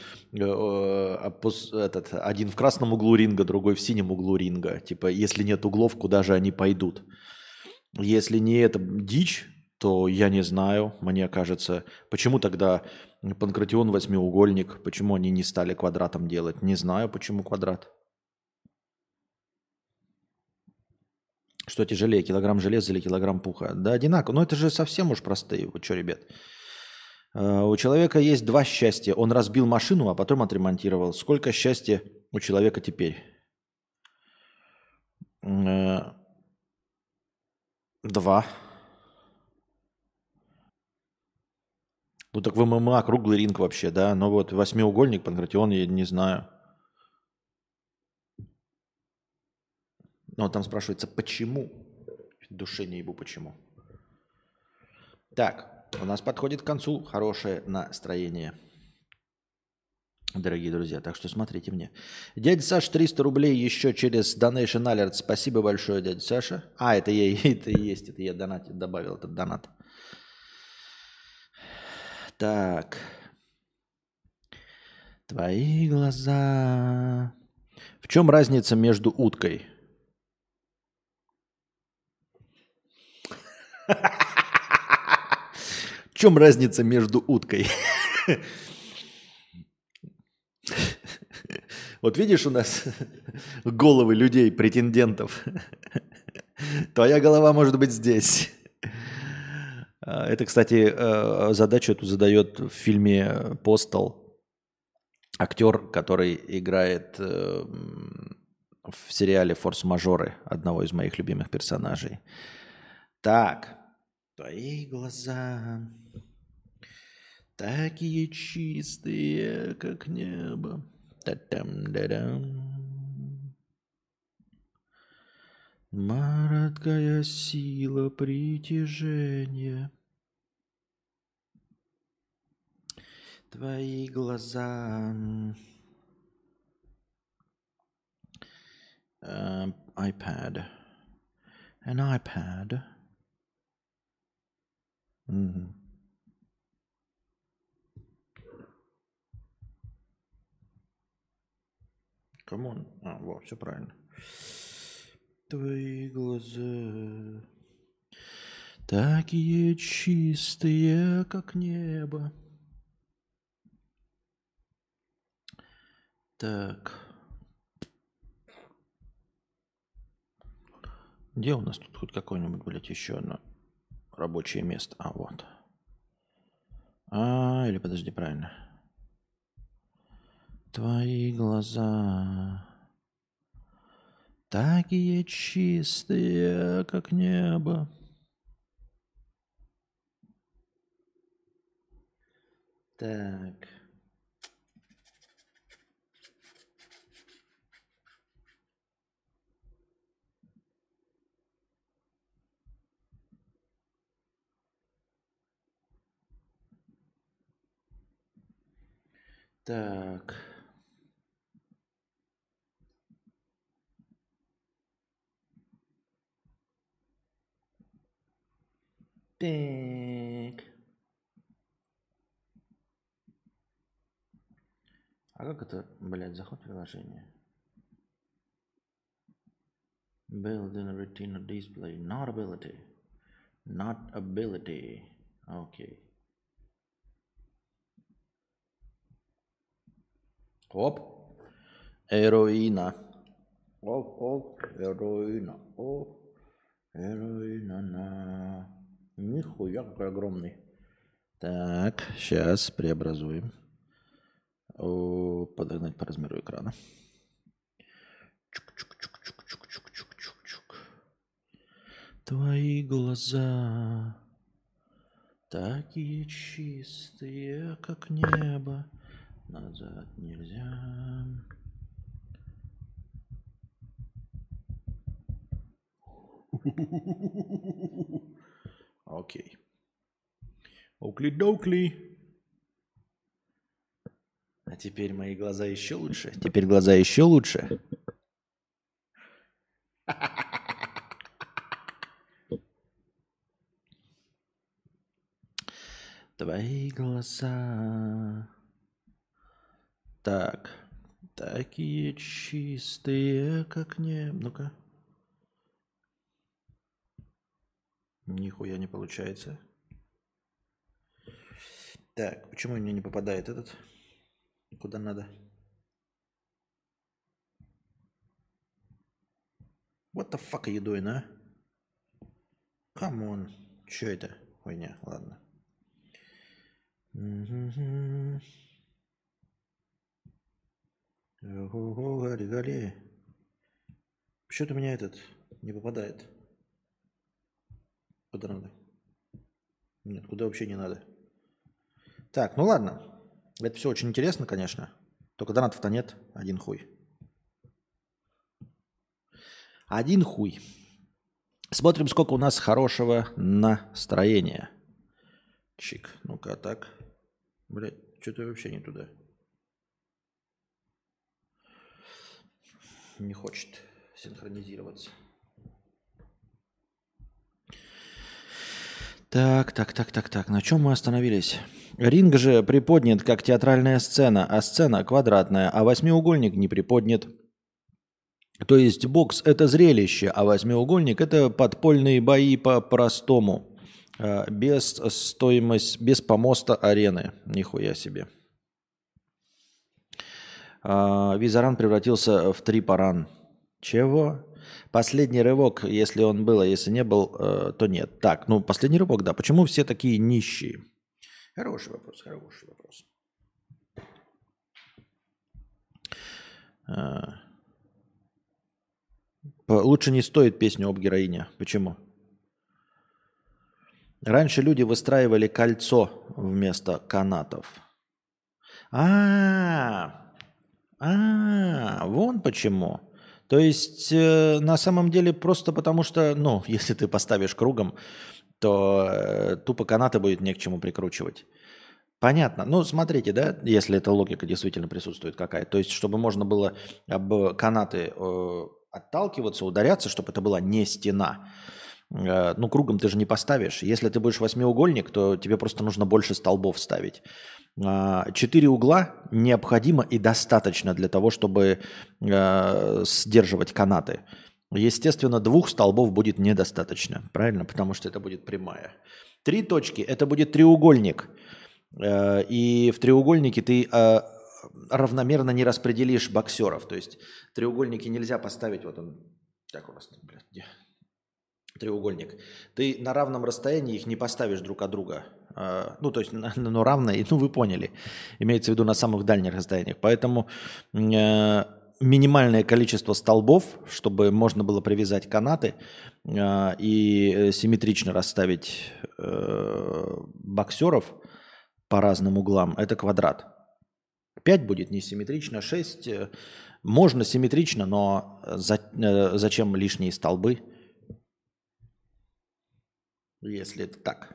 один в красном углу ринга, другой в синем углу ринга. Типа, если нет углов, куда же они пойдут? Если не это дичь, то я не знаю, мне кажется, почему тогда Панкратион восьмиугольник, почему они не стали квадратом делать? Не знаю, почему квадрат. Что тяжелее, килограмм железа или килограмм пуха? Да одинаково. Но это же совсем уж простые. Вы что, ребят? У человека есть два счастья. Он разбил машину, а потом отремонтировал. Сколько счастья у человека теперь? Э, Два. Ну так в ММА круглый ринг вообще, да? Но вот восьмиугольник, Панкратион, я не знаю. Но там спрашивается, почему? В душе не ебу, почему. Так, у нас подходит к концу хорошее настроение, дорогие друзья. Так что смотрите мне. Дядя Саша, 300 рублей еще через Donation Alert. Спасибо большое, дядя Саша. А, это я, это и есть, это я добавил этот донат. Так. Твои глаза. В чем разница между уткой? В чем разница между уткой? Вот видишь у нас головы людей, претендентов. Твоя голова может быть здесь. Это, кстати, задачу эту задает в фильме «Постал» актер, который играет в сериале «Форс-мажоры» одного из моих любимых персонажей. Так, твои глаза такие чистые, как небо. Та-там-да-дам. Мараткая сила притяжения. Твои глаза. iPad. An iPad. Мгм. Камон. Вот, все правильно. Твои глаза такие чистые, как небо. Так. Где у нас тут хоть какое-нибудь, блядь, еще одно рабочее место? А, вот. Или подожди, правильно. Твои глаза такие чистые, как небо. Так. Так. Так. А как это, блядь, заход в приложение? Build in retina display. Not ability. Not ability. Окей. Оп. Эроина. Оп, оп. Эроина. Оп. Эроина. Нихуя какой огромный. Так, сейчас преобразуем. Подогнать по размеру экрана. Чук-чук-чук-чук-чук-чук-чук-чук. Твои глаза такие чистые, как небо. Назад нельзя. Окей. Окли-докли. А теперь мои глаза еще лучше. Теперь глаза еще лучше. Твои глаза. Так. Такие чистые, как небо. Ну-ка. Нихуя не получается. Так, почему мне не попадает этот? Куда надо? What the fuck are you doing, а? Камон. Че это? Хуйня, ладно. Ого, гори, гори. Почему-то у меня этот не попадает. Куда надо? Нет, куда вообще не надо. Так, ну ладно. Это все очень интересно, конечно. Только донатов-то нет. Один хуй. Один хуй. Смотрим, сколько у нас хорошего настроения. Чик. Ну-ка, так. Блядь, что-то вообще не туда. Не хочет синхронизироваться. Так. На чем мы остановились? Ринг же приподнят, как театральная сцена, а сцена квадратная, а восьмиугольник не приподнят. То есть бокс – это зрелище, а восьмиугольник – это подпольные бои по-простому. Без без помоста арены. Нихуя себе. Визаран превратился в трипаран. Чего? Последний рывок, если он был, а если не был, то нет. Так, ну последний рывок, да. Почему все такие нищие? Хороший вопрос. Лучше не стоит песню об героине. Почему? Раньше люди выстраивали кольцо вместо канатов. Вон почему. То есть на самом деле просто потому что, ну, если ты поставишь кругом, то тупо канаты будет не к чему прикручивать. Понятно. Ну, смотрите, да, если эта логика действительно присутствует какая-то. То есть, чтобы можно было об канаты отталкиваться, ударяться, чтобы это была не стена. Ну, кругом ты же не поставишь. Если ты будешь восьмиугольник, то тебе просто нужно больше столбов ставить. 4 угла необходимо и достаточно для того, чтобы сдерживать канаты. Естественно, 2 столбов будет недостаточно, правильно? Потому что это будет прямая. 3 точки – это будет треугольник. И в треугольнике ты равномерно не распределишь боксеров. То есть треугольники нельзя поставить, вот он, так у нас, блядь, где? Треугольник. Ты на равном расстоянии их не поставишь друг от друга. Ну, то есть, ну, равное, ну, вы поняли. Имеется в виду на самых дальних расстояниях. Поэтому минимальное количество столбов, чтобы можно было привязать канаты и симметрично расставить боксеров по разным углам, это квадрат. 5 будет несимметрично, 6 можно симметрично, но зачем лишние столбы, если это так?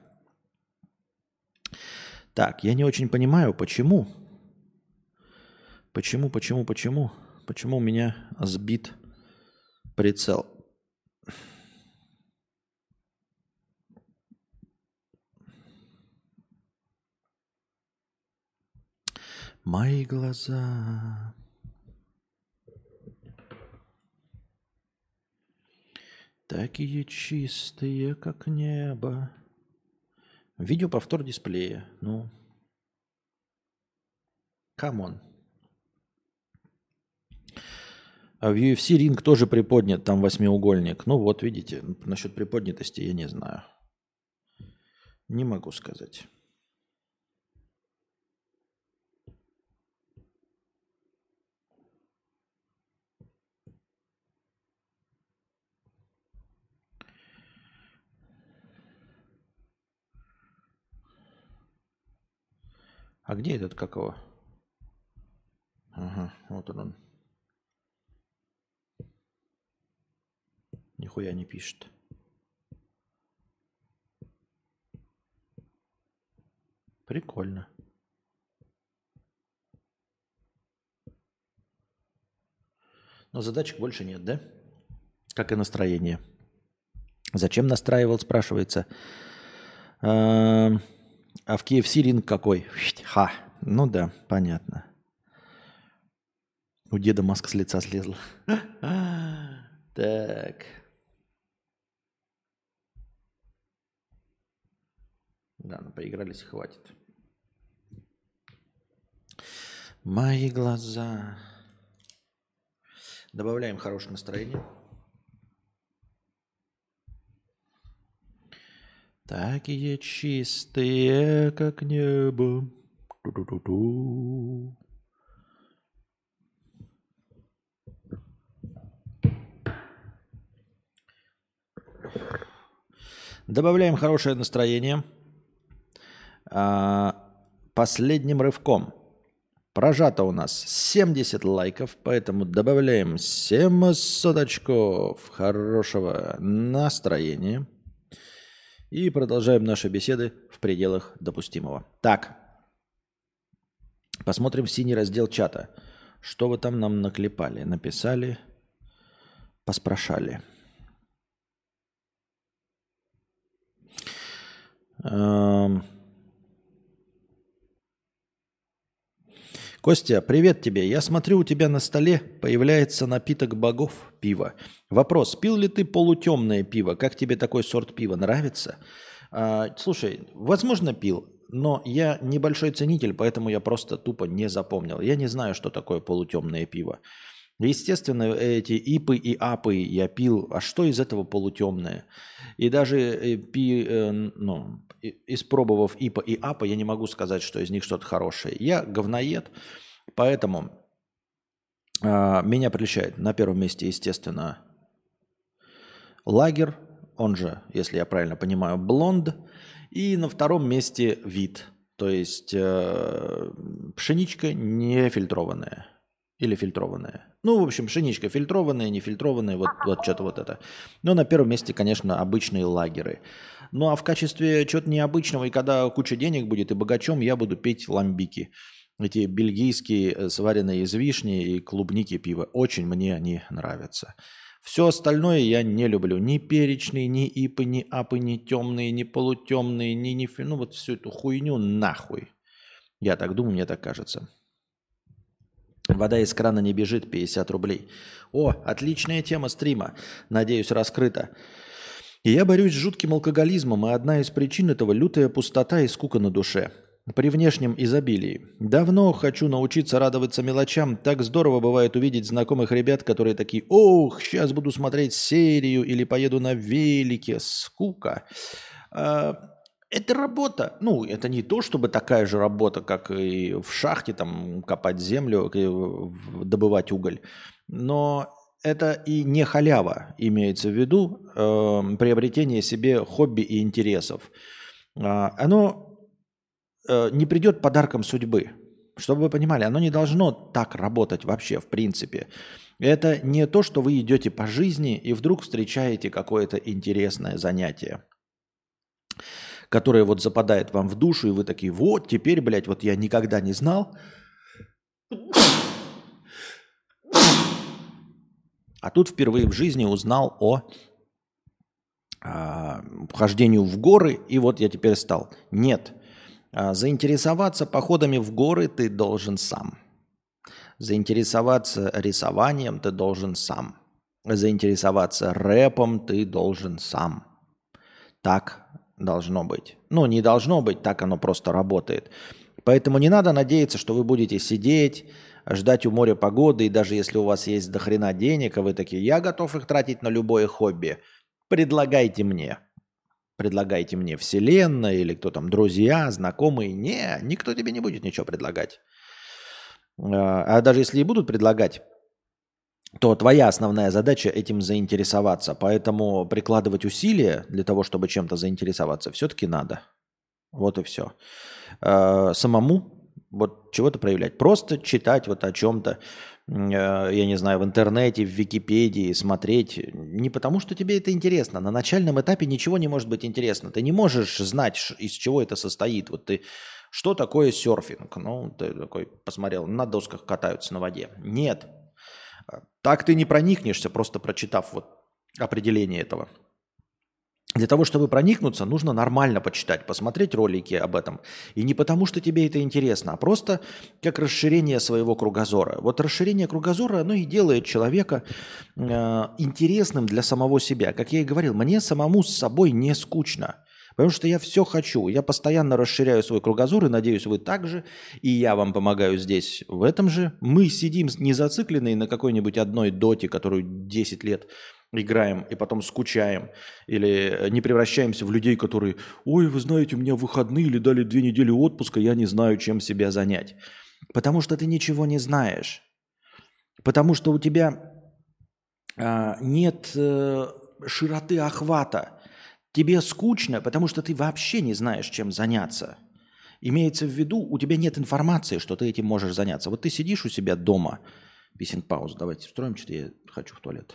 Так, я не очень понимаю, почему? Почему у меня сбит прицел? Мои глаза такие чистые, как небо. Видеоповтор дисплея. Ну, камон. А в UFC ринг тоже приподнят, там восьмиугольник. Ну вот, видите, насчет приподнятости я не знаю. Не могу сказать. А где этот, как его? Ага, вот он. Нихуя не пишет. Прикольно. Но задачек больше нет, да? Как и настроение. Зачем настраивал, спрашивается. А в KFC ринг какой? Ха. Ну да, понятно. У деда маска с лица слезла. Так. Да, ну поигрались, хватит. Мои глаза. Добавляем хорошее настроение. Такие чистые, как небо. Ту-ду-ду-ду. Добавляем хорошее настроение последним рывком. Прожато у нас 70 лайков, поэтому добавляем 700 очков хорошего настроения и продолжаем наши беседы в пределах допустимого. Так, посмотрим синий раздел чата. Что вы там нам наклепали, написали, поспрашали. Костя, привет тебе. Я смотрю, у тебя на столе появляется напиток богов – пиво. Вопрос, пил ли ты полутемное пиво? Как тебе такой сорт пива? Нравится? Слушай, возможно, пил, но я небольшой ценитель, поэтому я просто тупо не запомнил. Я не знаю, что такое полутемное пиво. Естественно, эти ипы и апы я пил. А что из этого полутемное? И даже испробовав ипа и апа, я не могу сказать, что из них что-то хорошее. Я говноед, поэтому меня прельщает на первом месте, естественно, лагер, он же, если я правильно понимаю, блонд. И на втором месте вид, то есть пшеничка нефильтрованная. Или фильтрованная. Ну, в общем, пшеничка фильтрованная, нефильтрованная, вот что-то вот это. Но на первом месте, конечно, обычные лагеры. Ну, а в качестве чего-то необычного, и когда куча денег будет, и богачом, я буду пить ламбики. Эти бельгийские, сваренные из вишни и клубники пива. Очень мне они нравятся. Все остальное я не люблю. Ни перечные, ни ипы, ни апы, ни темные, ни полутемные, ни ну, вот всю эту хуйню нахуй. Я так думаю, мне так кажется. Вода из крана не бежит, 50 рублей. О, отличная тема стрима. Надеюсь, раскрыта. И я борюсь с жутким алкоголизмом, и одна из причин этого – лютая пустота и скука на душе. При внешнем изобилии. Давно хочу научиться радоваться мелочам. Так здорово бывает увидеть знакомых ребят, которые такие: «Ох, сейчас буду смотреть серию или поеду на велике». Скука. Это работа. Ну, это не то, чтобы такая же работа, как и в шахте, там, копать землю, добывать уголь. Но это и не халява, имеется в виду, приобретение себе хобби и интересов. Оно не придет подарком судьбы. Чтобы вы понимали, оно не должно так работать вообще, в принципе. Это не то, что вы идете по жизни и вдруг встречаете какое-то интересное занятие, которое вот западает вам в душу, и вы такие: вот теперь, блядь, вот я никогда не знал. А тут впервые в жизни узнал о хождению в горы, и вот я теперь стал. Нет. Заинтересоваться походами в горы ты должен сам. Заинтересоваться рисованием ты должен сам. Заинтересоваться рэпом ты должен сам. Так должно быть. Ну, не должно быть, так оно просто работает. Поэтому не надо надеяться, что вы будете сидеть, ждать у моря погоды, и даже если у вас есть дохрена денег, а вы такие: я готов их тратить на любое хобби, предлагайте мне. Предлагайте мне вселенная или кто там, друзья, знакомые. Не, никто тебе не будет ничего предлагать. А даже если и будут предлагать, то твоя основная задача этим заинтересоваться. Поэтому прикладывать усилия для того, чтобы чем-то заинтересоваться, все-таки надо. Вот и все. Самому вот чего-то проявлять. Просто читать вот о чем-то, я не знаю, в интернете, в Википедии, смотреть. Не потому, что тебе это интересно. На начальном этапе ничего не может быть интересно. Ты не можешь знать, из чего это состоит. Вот ты, что такое серфинг? Ну, ты такой посмотрел, на досках катаются на воде. Нет. Так ты не проникнешься, просто прочитав вот определение этого. Для того, чтобы проникнуться, нужно нормально почитать, посмотреть ролики об этом. И не потому, что тебе это интересно, а просто как расширение своего кругозора. Вот расширение кругозора, оно и делает человека интересным для самого себя. Как я и говорил, мне самому с собой не скучно. Потому что я все хочу. Я постоянно расширяю свой кругозор, и надеюсь, вы также. И я вам помогаю здесь, в этом же. Мы сидим не зацикленные на какой-нибудь одной доте, которую 10 лет играем и потом скучаем, или не превращаемся в людей, которые, ой, вы знаете, у меня выходные или дали 2 недели отпуска, я не знаю, чем себя занять. Потому что ты ничего не знаешь. Потому что у тебя нет широты охвата. Тебе скучно, потому что ты вообще не знаешь, чем заняться. Имеется в виду, у тебя нет информации, что ты этим можешь заняться. Вот ты сидишь у себя дома. Писинг паузу. Давайте устроим, что-то я хочу в туалет.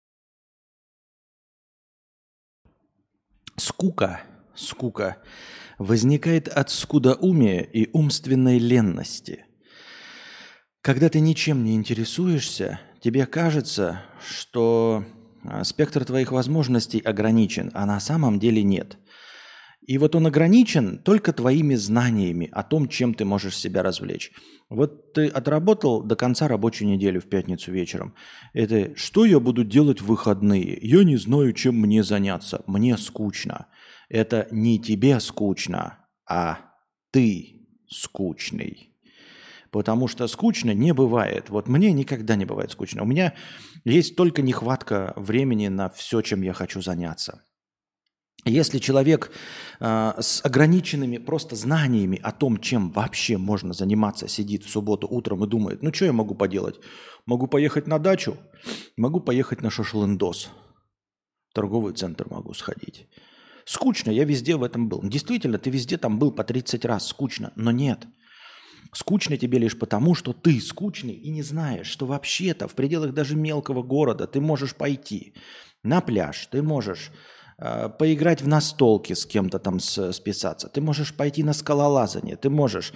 Скука возникает от скудоумия и умственной ленности. Когда ты ничем не интересуешься, тебе кажется, что спектр твоих возможностей ограничен, а на самом деле нет. И вот он ограничен только твоими знаниями о том, чем ты можешь себя развлечь. Вот ты отработал до конца рабочую неделю в пятницу вечером. Это что я буду делать в выходные? Я не знаю, чем мне заняться. Мне скучно. Это не тебе скучно, а ты скучный. Потому что скучно не бывает. Вот мне никогда не бывает скучно. У меня есть только нехватка времени на все, чем я хочу заняться. Если человек с ограниченными просто знаниями о том, чем вообще можно заниматься, сидит в субботу утром и думает, ну что я могу поделать? Могу поехать на дачу, могу поехать на шашлындос, в торговый центр могу сходить. Скучно, я везде в этом был. Действительно, ты везде там был по 30 раз, скучно, но нет. Скучно тебе лишь потому, что ты скучный и не знаешь, что вообще-то в пределах даже мелкого города ты можешь пойти на пляж, ты можешь поиграть в настолки с кем-то там списаться, ты можешь пойти на скалолазание, ты можешь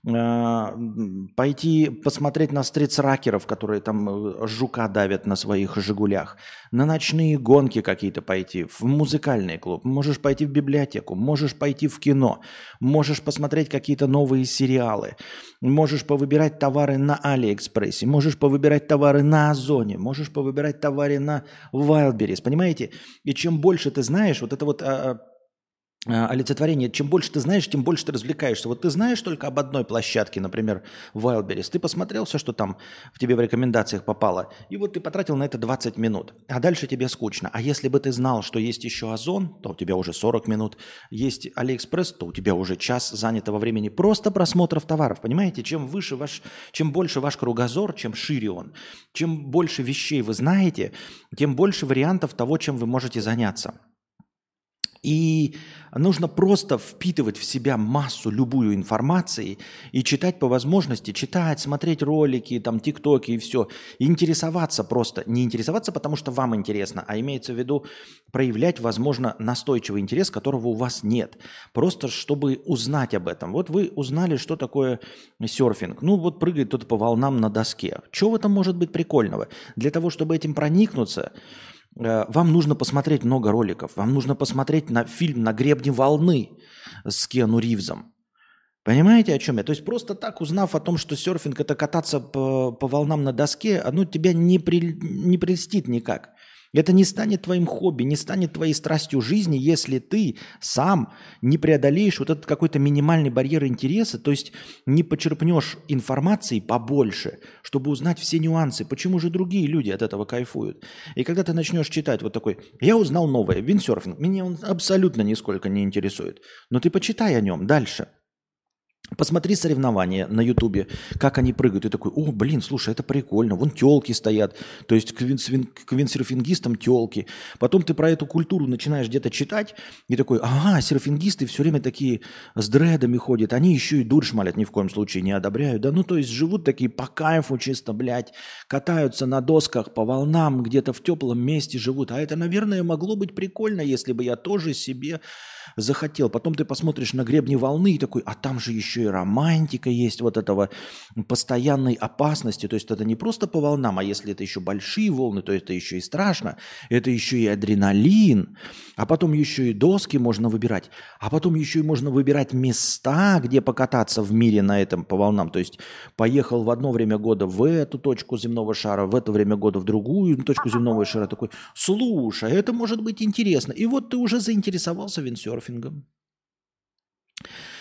пойти посмотреть на стритсракеров, которые там жука давят на своих «Жигулях», на ночные гонки какие-то пойти, в музыкальный клуб, можешь пойти в библиотеку, можешь пойти в кино, можешь посмотреть какие-то новые сериалы, можешь повыбирать товары на Алиэкспрессе, можешь повыбирать товары на Озоне, можешь повыбирать товары на Wildberries, понимаете? И чем больше ты знаешь, вот это вот олицетворение, чем больше ты знаешь, тем больше ты развлекаешься. Вот ты знаешь только об одной площадке, например, Wildberries, ты посмотрел все, что там в тебе в рекомендациях попало, и вот ты потратил на это 20 минут, а дальше тебе скучно. А если бы ты знал, что есть еще Озон, то у тебя уже 40 минут, есть Алиэкспресс, то у тебя уже час занятого времени просто просмотров товаров. Понимаете, чем больше ваш кругозор, чем шире он, чем больше вещей вы знаете, тем больше вариантов того, чем вы можете заняться. И нужно просто впитывать в себя массу любую информации и читать по возможности, читать, смотреть ролики, там, тиктоки и все. И интересоваться просто. Не интересоваться, потому что вам интересно, а имеется в виду проявлять, возможно, настойчивый интерес, которого у вас нет. Просто чтобы узнать об этом. Вот вы узнали, что такое серфинг. Ну вот прыгает кто-то по волнам на доске. Что в этом может быть прикольного? Для того, чтобы этим проникнуться, вам нужно посмотреть много роликов, вам нужно посмотреть на фильм «На гребне волны» с Киану Ривзом. Понимаете, о чем я? То есть просто так, узнав о том, что серфинг – это кататься по волнам на доске, оно тебя не прельстит никак. Это не станет твоим хобби, не станет твоей страстью жизни, если ты сам не преодолеешь вот этот какой-то минимальный барьер интереса, то есть не почерпнешь информации побольше, чтобы узнать все нюансы, почему же другие люди от этого кайфуют. И когда ты начнешь читать вот такой, я узнал новое, виндсерфинг, меня он абсолютно нисколько не интересует, но ты почитай о нем дальше. Посмотри соревнования на Ютубе, как они прыгают. И такой, о, блин, слушай, это прикольно. Вон телки стоят. То есть к виндсерфингистам телки. Потом ты про эту культуру начинаешь где-то читать. И такой, ага, серфингисты все время такие с дредами ходят. Они еще и дурь шмалят, ни в коем случае не одобряю. Да, ну то есть живут такие по кайфу чисто, блядь. Катаются на досках по волнам, где-то в теплом месте живут. А это, наверное, могло быть прикольно, если бы я тоже себе захотел. Потом ты посмотришь на гребни волны и такой, а там же еще и романтика есть вот этого постоянной опасности. То есть это не просто по волнам, а если это еще большие волны, то это еще и страшно. Это еще и адреналин. А потом еще и доски можно выбирать. А потом еще и можно выбирать места, где покататься в мире на этом по волнам. То есть поехал в одно время года в эту точку земного шара, в это время года в другую точку земного шара. Такой, слушай, это может быть интересно. И вот ты уже заинтересовался виндсерфингом.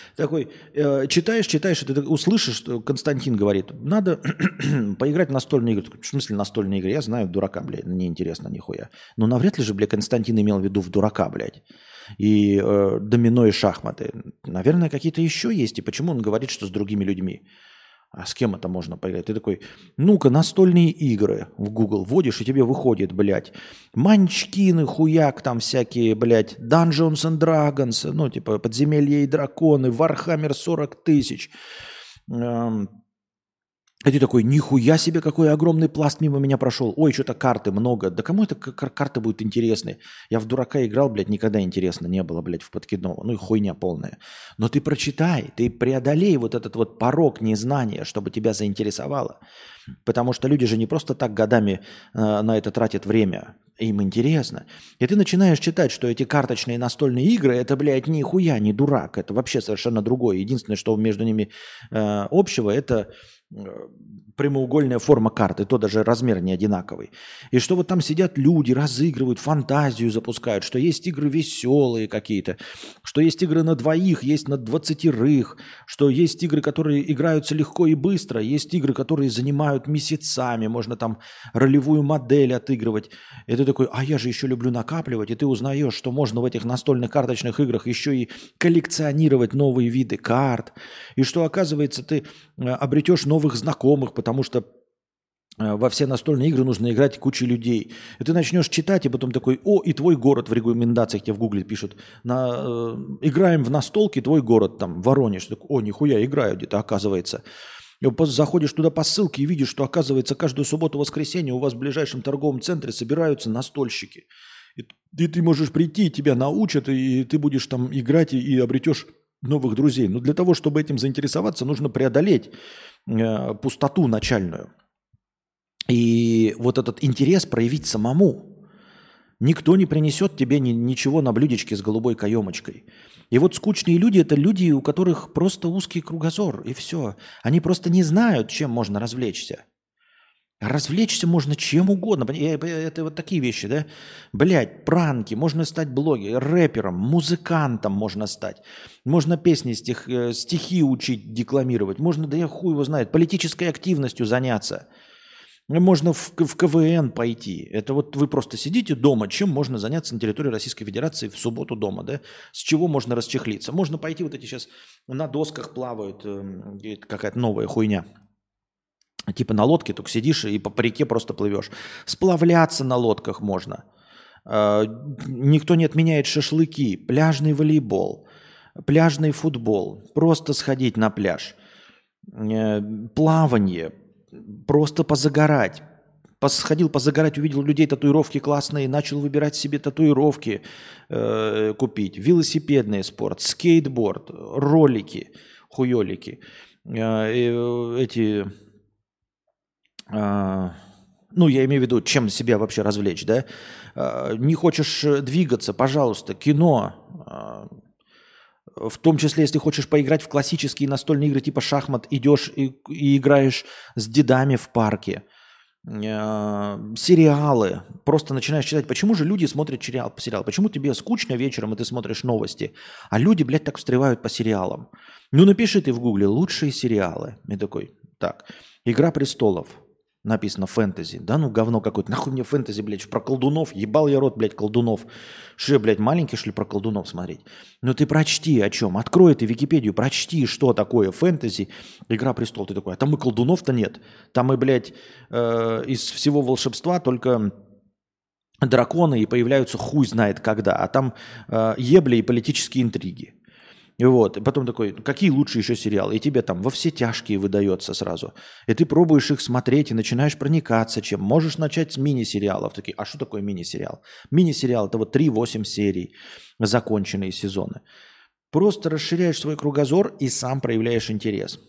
Такой, читаешь, и ты услышишь, что Константин говорит, надо поиграть в настольные игры. В смысле настольные игры? Я знаю дурака, блядь, неинтересно нихуя. Но навряд ли же, блядь, Константин имел в виду в дурака, блядь. И домино и шахматы. Наверное, какие-то еще есть. И почему он говорит, что с другими людьми? А с кем это можно поиграть? Ты такой, ну-ка, настольные игры в Google вводишь, и тебе выходит, блядь, Манчкины, хуяк там всякие, блядь, Dungeons and Dragons, ну, типа, Подземелья и драконы, Warhammer 40 тысяч. И ты такой, нихуя себе, какой огромный пласт мимо меня прошел. Ой, что-то карты много. Да кому это карты будут интересны? Я в дурака играл, блядь, никогда интересно не было, блядь, в подкидного. Ну и хуйня полная. Но ты прочитай, ты преодолей вот этот вот порог незнания, чтобы тебя заинтересовало. Потому что люди же не просто так годами на это тратят время. Им интересно. И ты начинаешь читать, что эти карточные настольные игры, это, блядь, нихуя не дурак. Это вообще совершенно другое. Единственное, что между ними общего, это прямоугольная форма карты, то даже размер не одинаковый. И что вот там сидят люди, разыгрывают, фантазию запускают, что есть игры веселые какие-то, что есть игры на двоих, есть на 20-рых, что есть игры, которые играются легко и быстро, есть игры, которые занимают месяцами, можно там ролевую модель отыгрывать. И ты такой, а я же еще люблю накапливать, и ты узнаешь, что можно в этих настольных карточных играх еще и коллекционировать новые виды карт, и что, оказывается, ты обретешь новых знакомых, потому что во все настольные игры нужно играть кучей людей. И ты начнешь читать, и потом такой, о, и твой город в рекомендациях тебе в гугле пишут. Играем в настолки, твой город там, Воронеж. Такой, о, нихуя, играю где-то, оказывается. И заходишь туда по ссылке и видишь, что, оказывается, каждую субботу-воскресенье у вас в ближайшем торговом центре собираются настольщики. И ты можешь прийти, и тебя научат, и ты будешь там играть, и обретешь новых друзей. Но для того, чтобы этим заинтересоваться, нужно преодолеть пустоту начальную. И вот этот интерес проявить самому. Никто не принесет тебе ничего на блюдечке с голубой каемочкой. И вот скучные люди – это люди, у которых просто узкий кругозор, и все. Они просто не знают, чем можно развлечься. Развлечься можно чем угодно. Это вот такие вещи, да? Блядь, пранки, можно стать блогером, рэпером, музыкантом можно стать. Можно песни, стихи учить, декламировать. Можно, да я хуй его знает, политической активностью заняться. Можно в КВН пойти. Это вот вы просто сидите дома. Чем можно заняться на территории Российской Федерации в субботу дома, да? С чего можно расчехлиться? Можно пойти, вот эти сейчас на досках плавают, какая-то новая хуйня. Типа на лодке только сидишь и по реке просто плывешь. Сплавляться на лодках можно. Никто не отменяет шашлыки, пляжный волейбол, пляжный футбол. Просто сходить на пляж. Плавание. Просто позагорать. Сходил позагорать, увидел людей татуировки классные, начал выбирать себе татуировки купить. Велосипедный спорт, скейтборд, ролики, хуёлики. Ну, я имею в виду, чем себя вообще развлечь, да? Не хочешь двигаться, пожалуйста, кино. В том числе, если хочешь поиграть в классические настольные игры типа шахмат, идешь и играешь с дедами в парке. Сериалы. Просто начинаешь читать. Почему же люди смотрят сериал? Почему тебе скучно вечером, и ты смотришь новости? А люди, блядь, так встревают по сериалам. Ну, напиши ты в гугле «лучшие сериалы». И такой, так, «Игра престолов». Написано фэнтези. Да ну говно какое-то. Нахуй мне фэнтези, блядь, про колдунов. Ебал я рот, блядь, колдунов. Что я, блядь, маленький, что ли, про колдунов смотреть? Ну ты прочти о чем. Открой ты Википедию, прочти, что такое фэнтези, Игра престолов. Ты такой, а там и колдунов-то нет. Там и, блядь, из всего волшебства только драконы и появляются хуй знает когда. А там ебли и политические интриги. И вот, и потом такой, какие лучшие еще сериалы? И тебе там «Во все тяжкие» выдается сразу. И ты пробуешь их смотреть и начинаешь проникаться чем. Можешь начать с мини-сериалов. Такие, а что такое мини-сериал? Мини-сериал – это вот 3-8 серий, законченные сезоны. Просто расширяешь свой кругозор и сам проявляешь интерес.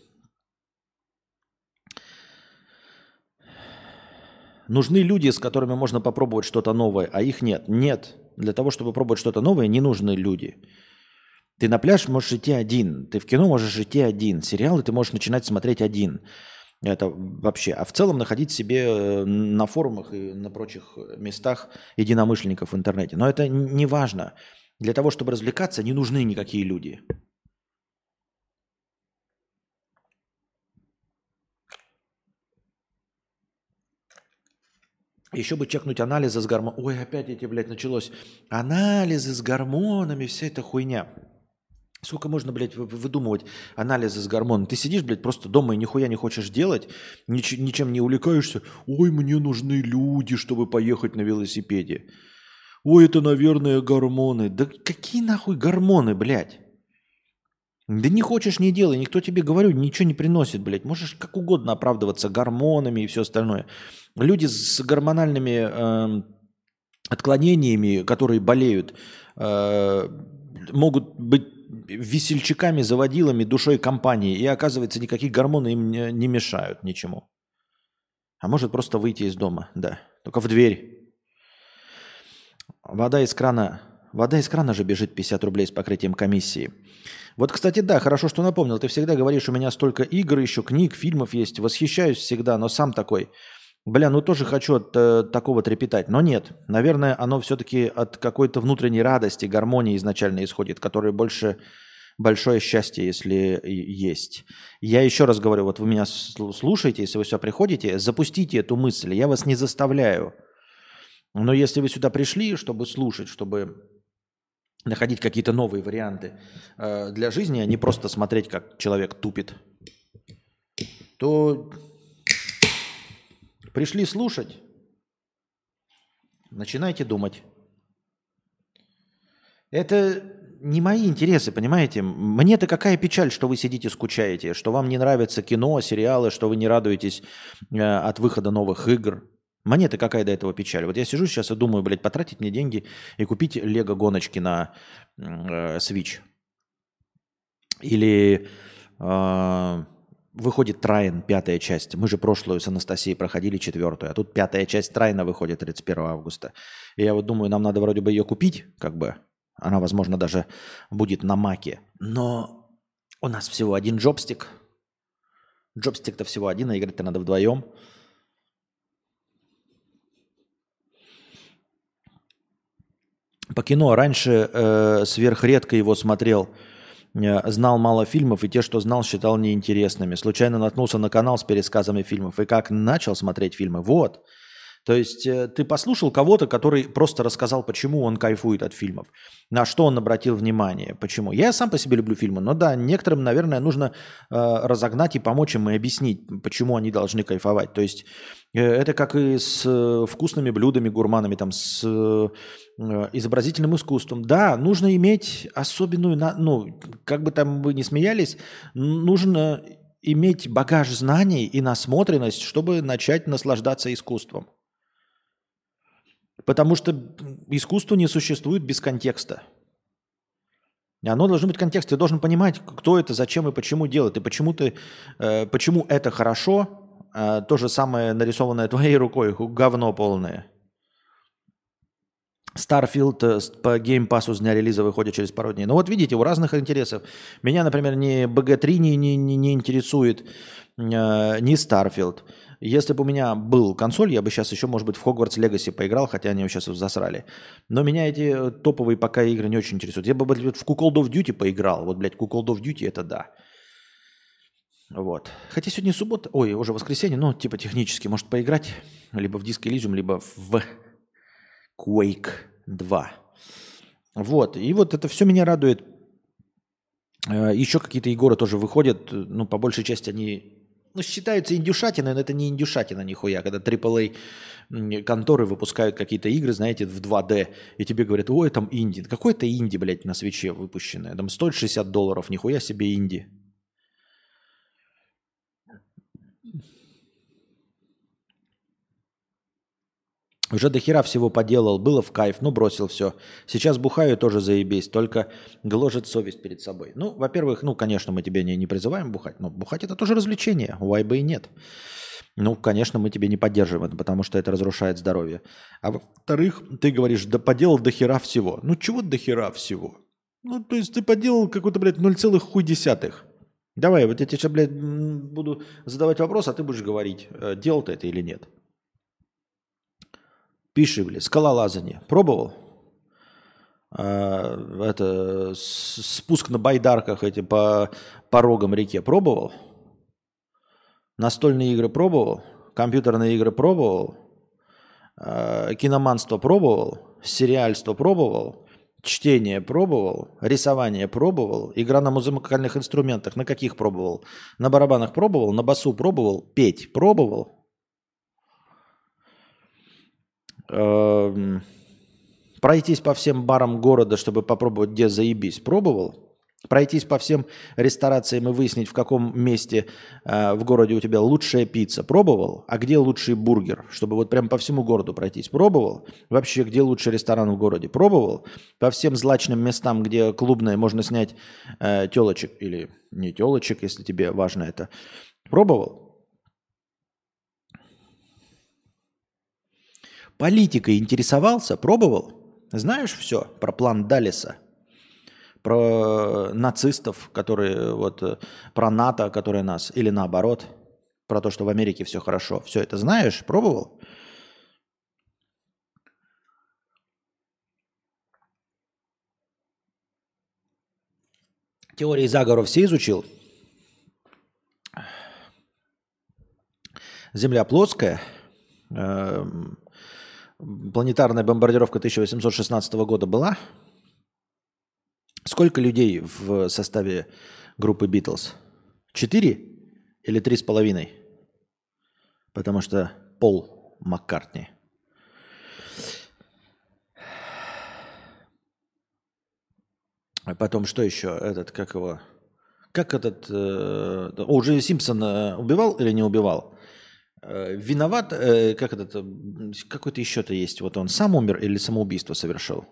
Нужны люди, с которыми можно попробовать что-то новое, а их нет. Нет. Для того, чтобы пробовать что-то новое, не нужны люди. Ты на пляж можешь идти один, ты в кино можешь идти один, сериалы ты можешь начинать смотреть один. Это вообще. А в целом находить себе на форумах и на прочих местах единомышленников в интернете. Но это не важно. Для того, чтобы развлекаться, не нужны никакие люди. Еще бы чекнуть анализы с гормонами. Ой, опять эти, блядь, началось. Анализы с гормонами, вся эта хуйня. Сколько можно, блядь, выдумывать анализы с гормонами? Ты сидишь, блядь, просто дома и нихуя не хочешь делать, ничем не увлекаешься. Ой, мне нужны люди, чтобы поехать на велосипеде. Ой, это, наверное, гормоны. Да какие нахуй гормоны, блядь? Да не хочешь, не делай. Никто тебе, говорю, ничего не приносит, блядь. Можешь как угодно оправдываться гормонами и все остальное. Люди с гормональными отклонениями, которые болеют, могут быть весельчаками, заводилами, душой компании. И оказывается, никакие гормоны им не мешают ничему. А может просто выйти из дома, да. Только в дверь. Вода из крана же бежит 50 рублей с покрытием комиссии. Вот, кстати, да, хорошо, что напомнил. Ты всегда говоришь, у меня столько игр, еще книг, фильмов есть. Восхищаюсь всегда, но сам такой. Бля, ну тоже хочу от такого трепетать. Но нет, наверное, оно все-таки от какой-то внутренней радости, гармонии изначально исходит, которая больше большое счастье, если есть. Я еще раз говорю, вот вы меня слушаете, если вы сюда приходите, запустите эту мысль. Я вас не заставляю. Но если вы сюда пришли, чтобы слушать, чтобы находить какие-то новые варианты для жизни, а не просто смотреть, как человек тупит, то пришли слушать, начинайте думать. Это не мои интересы, понимаете? Мне-то какая печаль, что вы сидите, скучаете, что вам не нравится кино, сериалы, что вы не радуетесь от выхода новых игр. Мне-то какая до этого печаль. Вот я сижу сейчас и думаю, блядь, потратить мне деньги и купить лего-гоночки на Switch. Или выходит Трайн, 5-я часть. Мы же прошлую с Анастасией проходили 4-ю, а тут 5-я часть Трайна выходит 31 августа. И я вот думаю, нам надо вроде бы ее купить, как бы. Она, возможно, даже будет на маке. Но у нас всего один джойстик. Джойстик-то всего один, а играть-то надо вдвоем. По кино раньше сверхредко его смотрел, знал мало фильмов, и те, что знал, считал неинтересными. Случайно наткнулся на канал с пересказами фильмов, и как начал смотреть фильмы. Вот. То есть ты послушал кого-то, который просто рассказал, почему он кайфует от фильмов, на что он обратил внимание, почему. Я сам по себе люблю фильмы, но да, некоторым, наверное, нужно разогнать и помочь им и объяснить, почему они должны кайфовать. То есть это как и с вкусными блюдами, гурманами, там, с изобразительным искусством. Да, нужно иметь особенную, ну, как бы там вы ни смеялись, нужно иметь багаж знаний и насмотренность, чтобы начать наслаждаться искусством. Потому что искусство не существует без контекста. Оно должно быть в контексте. Ты должен понимать, кто это, зачем и почему делает. И почему это хорошо. То же самое нарисованное твоей рукой. Говно полное. Starfield по Game Pass с дня релиза выходит через пару дней. Ну вот видите, у разных интересов. Меня, например, ни BG3 не интересует, ни Starfield. Если бы у меня был консоль, я бы сейчас еще, может быть, в Hogwarts Legacy поиграл, хотя они его сейчас засрали. Но меня эти топовые пока игры не очень интересуют. Я бы, блядь, в Call of Duty поиграл. Вот, блядь, Call of Duty это да. Вот. Хотя сегодня суббота, ой, уже воскресенье, но типа технически может поиграть либо в Disco Elysium, либо в Quake 2. Вот. И вот это все меня радует. Еще какие-то игры тоже выходят. Ну, по большей части они считаются индюшатиной, но это не индюшатина нихуя. Когда AAA конторы выпускают какие-то игры, знаете, в 2D, и тебе говорят, ой, там инди. Какое-то инди, блядь, на свече выпущенное. Там стоит $60, нихуя себе инди. Уже до хера всего поделал, было в кайф, ну бросил все. Сейчас бухаю, тоже заебись, только гложет совесть перед собой. Ну, во-первых, ну, конечно, мы тебя не призываем бухать, но бухать это тоже развлечение, why бы и нет. Ну, конечно, мы тебе не поддерживаем это, потому что это разрушает здоровье. А во-вторых, ты говоришь, да поделал до хера всего. Ну, чего до хера всего? Ну, то есть ты поделал какой-то, блядь, 0,1. Давай, вот я тебе сейчас, блядь, буду задавать вопрос, а ты будешь говорить, делал ты это или нет. Пиши, блядь, скалолазание. Пробовал? Спуск на байдарках эти по порогам реке пробовал? Настольные игры пробовал? Компьютерные игры пробовал? Киноманство пробовал, сериальство пробовал, чтение пробовал, рисование пробовал, игра на музыкальных инструментах. На каких пробовал? На барабанах пробовал, на басу пробовал, петь пробовал. Пройтись по всем барам города, чтобы попробовать, где заебись, пробовал. Пройтись по всем ресторациям и выяснить, в каком месте в городе у тебя лучшая пицца, пробовал, а где лучший бургер, чтобы вот прям по всему городу пройтись, пробовал. Вообще, где лучший ресторан в городе, пробовал. По всем злачным местам, где клубное, можно снять телочек или не телочек, если тебе важно это, пробовал. Политикой интересовался, пробовал. Знаешь все про план Даллеса? Про нацистов, которые вот, про НАТО, которые нас, или наоборот, про то, что в Америке все хорошо. Все это знаешь? Пробовал? Теории заговоров все изучил? Земля плоская. Планетарная бомбардировка 1816 года была? Сколько людей в составе группы Битлз? 4 или 3,5? Потому что Пол Маккартни. А потом что еще? Этот, как его? Как этот... Уже Симпсон убивал или не убивал? Виноват, как этот... Какой-то еще-то есть. Вот он сам умер или самоубийство совершил?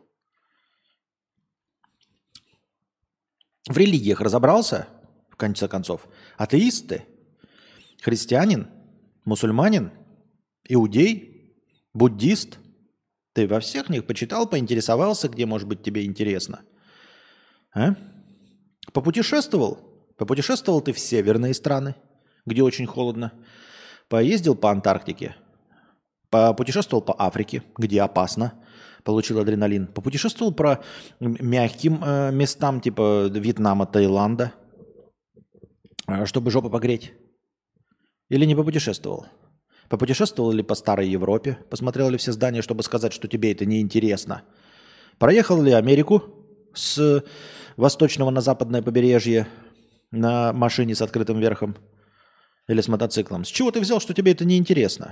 В религиях разобрался, в конце концов? Атеист ты? Христианин? Мусульманин? Иудей? Буддист? Ты во всех них почитал, поинтересовался, где, может быть, тебе интересно? А? Попутешествовал? Попутешествовал ты в северные страны, где очень холодно. Поездил по Антарктике. Попутешествовал по Африке, где опасно. Получил адреналин. Попутешествовал по мягким местам, типа Вьетнама, Таиланда, чтобы жопу погреть. Или не попутешествовал? Попутешествовал ли по старой Европе? Посмотрел ли все здания, чтобы сказать, что тебе это неинтересно? Проехал ли Америку с восточного на западное побережье на машине с открытым верхом? Или с мотоциклом? С чего ты взял, что тебе это неинтересно?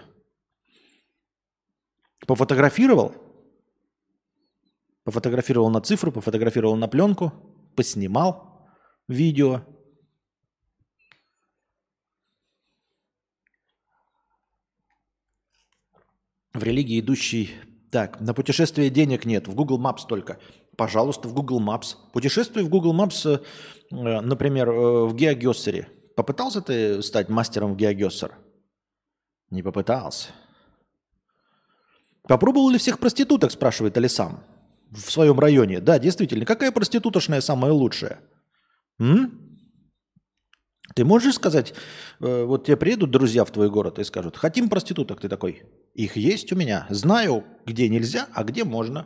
Пофотографировал? Пофотографировал на цифру, пофотографировал на пленку, поснимал видео. В религии идущий... Так, на путешествие денег нет, в Google Maps только. Пожалуйста, в Google Maps. Путешествуй в Google Maps, например, в GeoGuessr. Попытался ты стать мастером в GeoGuessr? Не попытался. Попробовал ли всех проституток, спрашивает Алисам, в своем районе? Да, действительно. Какая проститутошная самая лучшая? Ты можешь сказать, вот тебе приедут друзья в твой город и скажут, хотим проституток. Ты такой, их есть у меня. Знаю, где нельзя, а где можно.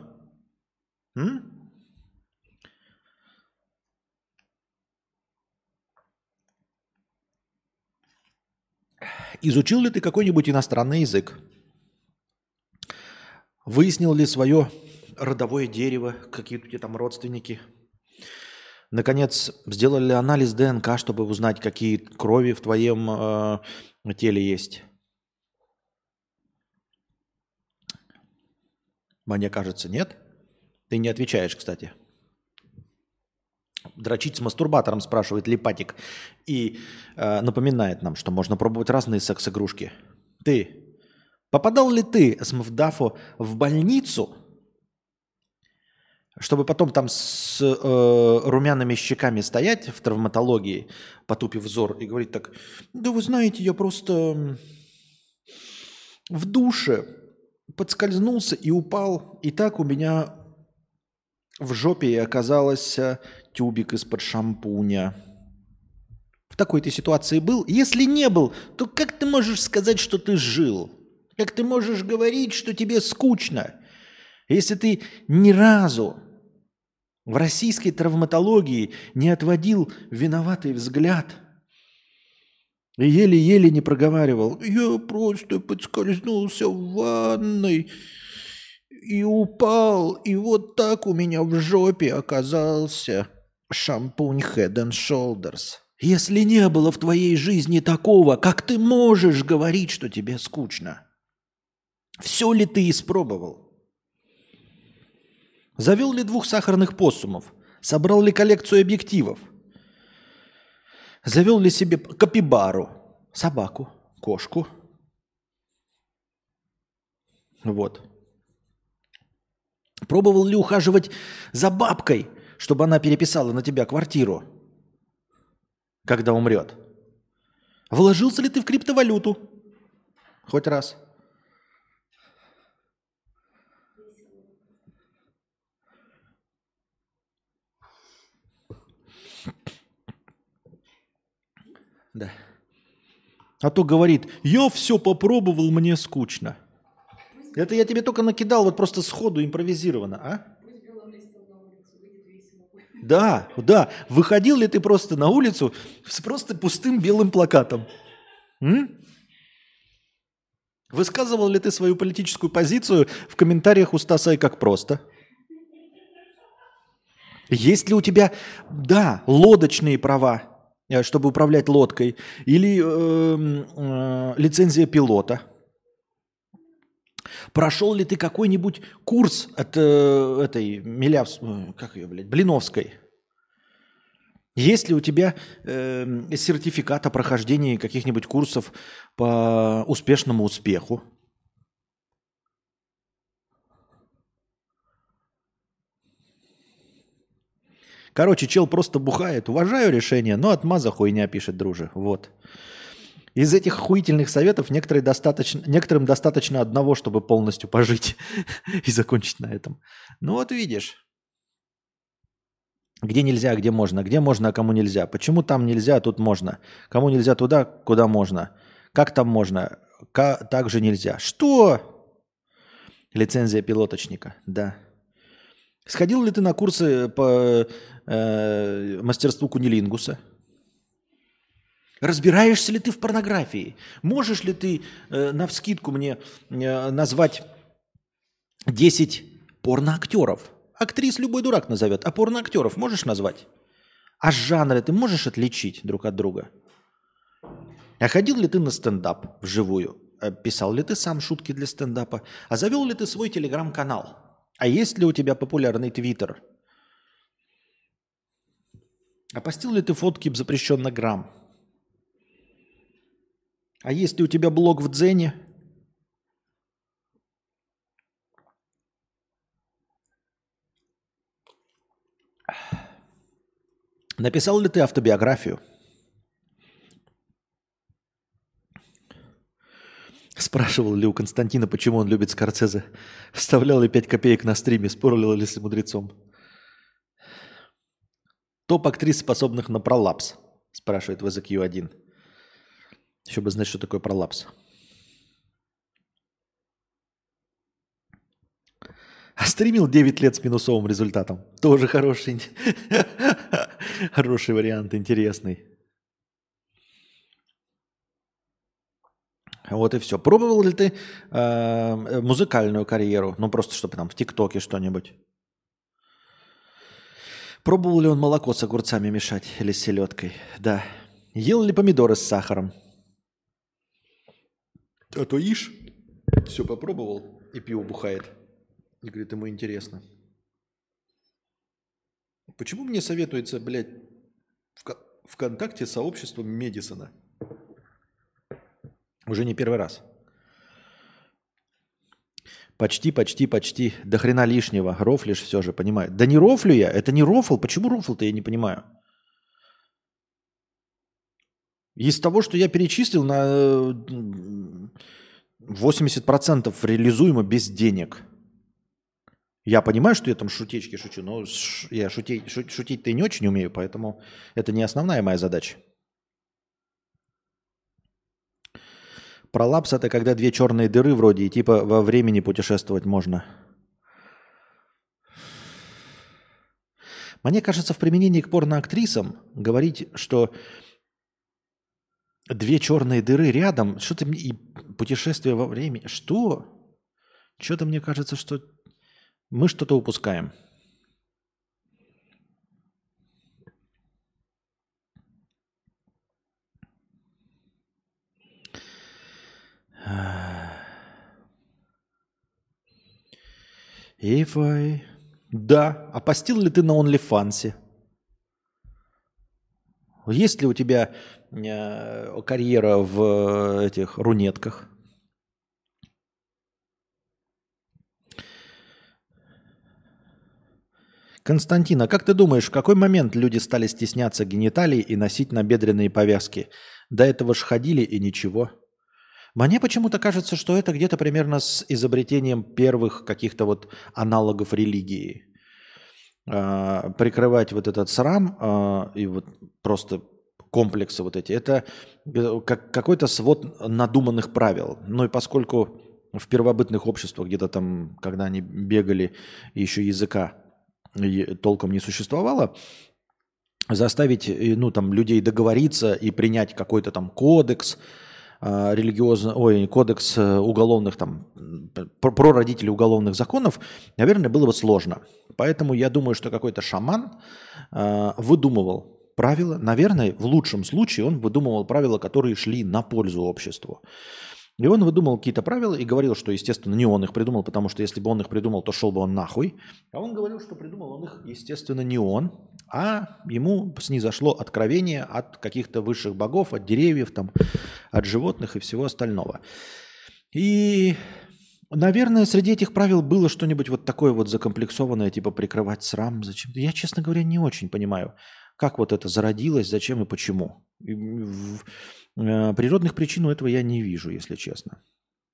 Изучил ли ты какой-нибудь иностранный язык? Выяснил ли свое родовое дерево, какие-то у тебя там родственники? Наконец, сделали ли анализ ДНК, чтобы узнать, какие крови в твоем теле есть? Мне кажется, нет. Ты не отвечаешь, кстати. Дрочить с мастурбатором, спрашивает Липатик. И напоминает нам, что можно пробовать разные секс-игрушки. Попадал ли ты с МФДАФу в больницу, чтобы потом там с румяными щеками стоять в травматологии, потупив взор, и говорить так, да вы знаете, я просто в душе подскользнулся и упал, и так у меня в жопе оказался тюбик из-под шампуня. В такой ты ситуации был? Если не был, то как ты можешь сказать, что ты жил? Как ты можешь говорить, что тебе скучно, если ты ни разу в российской травматологии не отводил виноватый взгляд И еле-еле не проговаривал. Я просто подскользнулся в ванной и упал. И вот так у меня в жопе оказался шампунь Head and Shoulders. Если не было в твоей жизни такого, как ты можешь говорить, что тебе скучно? Все ли ты испробовал? Завел ли 2 сахарных поссумов? Собрал ли коллекцию объективов? Завел ли себе капибару? Собаку? Кошку? Вот. Пробовал ли ухаживать за бабкой, чтобы она переписала на тебя квартиру, когда умрет? Вложился ли ты в криптовалюту? Хоть раз. Да. А то говорит, я все попробовал, мне скучно. Это я тебе только накидал вот просто сходу импровизированно, а? Да, да. Выходил ли ты просто на улицу с просто пустым белым плакатом? Высказывал ли ты свою политическую позицию в комментариях у Стаса и как просто? Есть ли у тебя, да, лодочные права, чтобы управлять лодкой, или лицензия пилота? Прошел ли ты какой-нибудь курс от этой как ее, блядь, Блиновской? Есть ли у тебя сертификат о прохождении каких-нибудь курсов по успешному успеху? Короче, чел просто бухает. Уважаю решение, но отмаза хуйня, пишет друже. Вот. Из этих охуительных советов некоторым достаточно одного, чтобы полностью пожить и закончить на этом. Ну вот видишь. Где нельзя, где можно. Где можно, а кому нельзя. Почему там нельзя, а тут можно. Кому нельзя туда, куда можно. Как там можно, так же нельзя. Что? Лицензия пилоточника, да. Сходил ли ты на курсы по мастерству кунилингуса? Разбираешься ли ты в порнографии? Можешь ли ты навскидку мне назвать 10 порноактеров? Актрис любой дурак назовет, а порноактеров можешь назвать? А жанры ты можешь отличить друг от друга? А ходил ли ты на стендап вживую? Писал ли ты сам шутки для стендапа? А завел ли ты свой телеграм-канал? А есть ли у тебя популярный твиттер? А постил ли ты фотки в запрещенный грамм? А есть ли у тебя блог в Дзене? Написал ли ты автобиографию? Спрашивал ли у Константина, почему он любит Скорсезе? Вставлял ли 5 копеек на стриме? Спорил ли с мудрецом? Топ актрис, способных на пролапс, спрашивает в язык1. Еще бы знать, что такое пролапс. А стримил 9 лет с минусовым результатом. Тоже хороший, хороший вариант, интересный. Вот и все. Пробовал ли ты музыкальную карьеру? Ну, просто чтобы там в ТикТоке что-нибудь. Пробовал ли он молоко с огурцами мешать или с селедкой? Да. Ел ли помидоры с сахаром? А то ишь, все попробовал и пиво бухает. И говорит, ему интересно. Почему мне советуется, блядь, ВКонтакте сообщество Медисона? Уже не первый раз. Почти. До хрена лишнего. Рофлишь все же, понимаю. Да не рофлю я. Это не рофл. Почему рофл-то я не понимаю? Из того, что я перечислил, на 80% реализуемо без денег. Я понимаю, что я там шутечки шучу, но я шутить-то и не очень умею, поэтому это не основная моя задача. Пролапс – это когда 2 черные дыры вроде, и типа во времени путешествовать можно. Мне кажется, в применении к порноактрисам говорить, что Две черные дыры рядом. Что-то и путешествие во времени. Что? Что-то мне кажется, что мы что-то упускаем. If I... Да. А постил ли ты на OnlyFans? Есть ли у тебя карьера в этих рунетках? Константин, а как ты думаешь, в какой момент люди стали стесняться гениталий и носить набедренные повязки? До этого ж ходили и ничего. Мне почему-то кажется, что это где-то примерно с изобретением первых каких-то вот аналогов религии. Прикрывать вот этот срам и вот просто комплексы вот эти. Это как какой-то свод надуманных правил. Ну и поскольку в первобытных обществах где-то там, когда они бегали, еще языка толком не существовало, заставить ну, там, людей договориться и принять какой-то там кодекс религиозный, кодекс уголовных там, про родителей уголовных законов, наверное, было бы сложно. Поэтому я думаю, что какой-то шаман выдумывал правила. Наверное, в лучшем случае он выдумывал правила, которые шли на пользу обществу. И он выдумал какие-то правила и говорил, что, естественно, не он их придумал, потому что если бы он их придумал, то шел бы он нахуй. А он говорил, что придумал он их, естественно, не он, а ему снизошло откровение от каких-то высших богов, от деревьев, там, от животных и всего остального. И, наверное, среди этих правил было что-нибудь вот такое вот закомплексованное, типа прикрывать срам зачем-то. Я, честно говоря, не очень понимаю, как вот это зародилось, зачем и почему. Природных причин у этого я не вижу, если честно.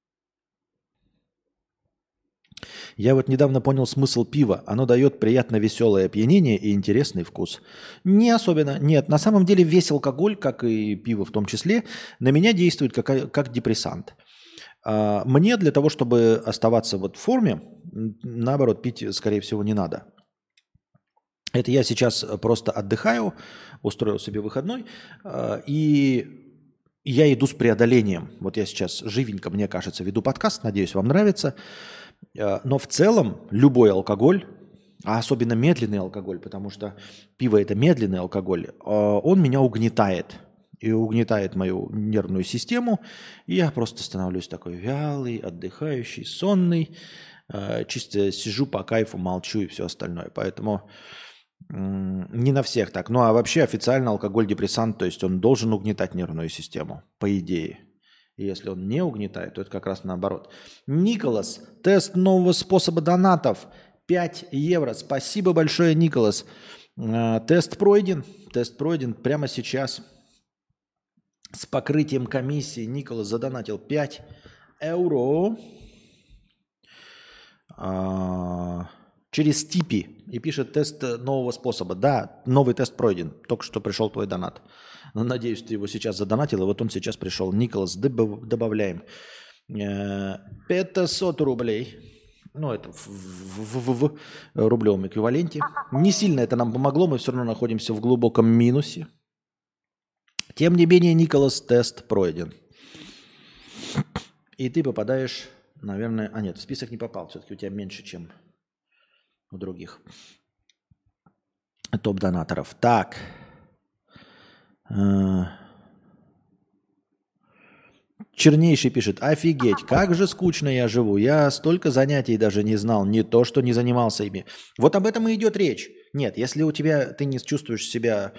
Я вот недавно понял смысл пива. Оно дает приятно веселое опьянение и интересный вкус. Не особенно. Нет, на самом деле весь алкоголь, как и пиво в том числе, на меня действует как депрессант. Мне для того, чтобы оставаться вот в форме, наоборот, пить, скорее всего, не надо. Это я сейчас просто отдыхаю, устроил себе выходной, и я иду с преодолением. Вот я сейчас живенько, мне кажется, веду подкаст, надеюсь, вам нравится. Но в целом любой алкоголь, а особенно медленный алкоголь, потому что пиво – это медленный алкоголь, он меня угнетает. И угнетает мою нервную систему. И я просто становлюсь такой вялый, отдыхающий, сонный. Чисто сижу по кайфу, молчу и все остальное. Поэтому не на всех так. Ну а вообще официально алкоголь депрессант, то есть он должен угнетать нервную систему, по идее. И если он не угнетает, то это как раз наоборот. Николас, тест нового способа донатов. 5 евро. Спасибо большое, Николас. Тест пройден. Тест пройден прямо сейчас. С покрытием комиссии Николас задонатил 5 евро. Через Типи и пишет тест нового способа. Да, новый тест пройден. Только что пришел твой донат. Но, надеюсь, ты его сейчас задонатил, и вот он сейчас пришел. Николас, добавляем. 500 рублей. Ну, это в рублевом эквиваленте. Не сильно это нам помогло, мы все равно находимся в глубоком минусе. Тем не менее, Николас, тест пройден. И ты попадаешь, наверное... А нет, в список не попал. Все-таки у тебя меньше, чем у других топ-донаторов. Так. Чернейший пишет: офигеть, как же скучно я живу. Я столько занятий даже не знал, не то, что не занимался ими. Вот об этом и идет речь. Нет, если у тебя ты не чувствуешь себя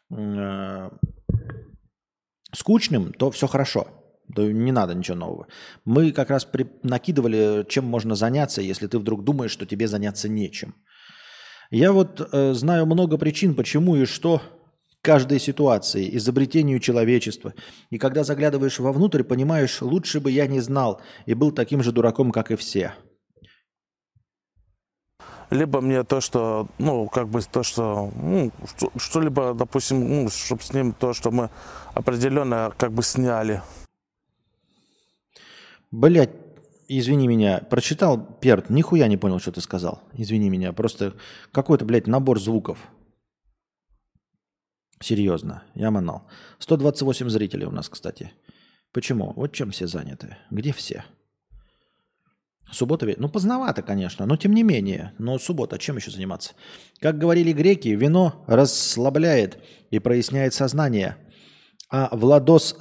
скучным, то все хорошо. То не надо ничего нового. Мы как раз накидывали, чем можно заняться, если ты вдруг думаешь, что тебе заняться нечем. Я вот знаю много причин, почему и что каждой ситуации, изобретению человечества. И когда заглядываешь вовнутрь, понимаешь, лучше бы я не знал и был таким же дураком, как и все. Либо мне то, что, что-либо, допустим, чтобы с ним то, что мы определенно сняли. Блять, извини меня, прочитал, Перт, нихуя не понял, что ты сказал. Извини меня, просто какой-то, набор звуков. Серьезно, я манал. 128 зрителей у нас, кстати. Почему? Вот чем все заняты. Где все? Суббота ведь? Ну, поздновато, конечно, но тем не менее. Но суббота, чем еще заниматься? Как говорили греки, вино расслабляет и проясняет сознание. А Владос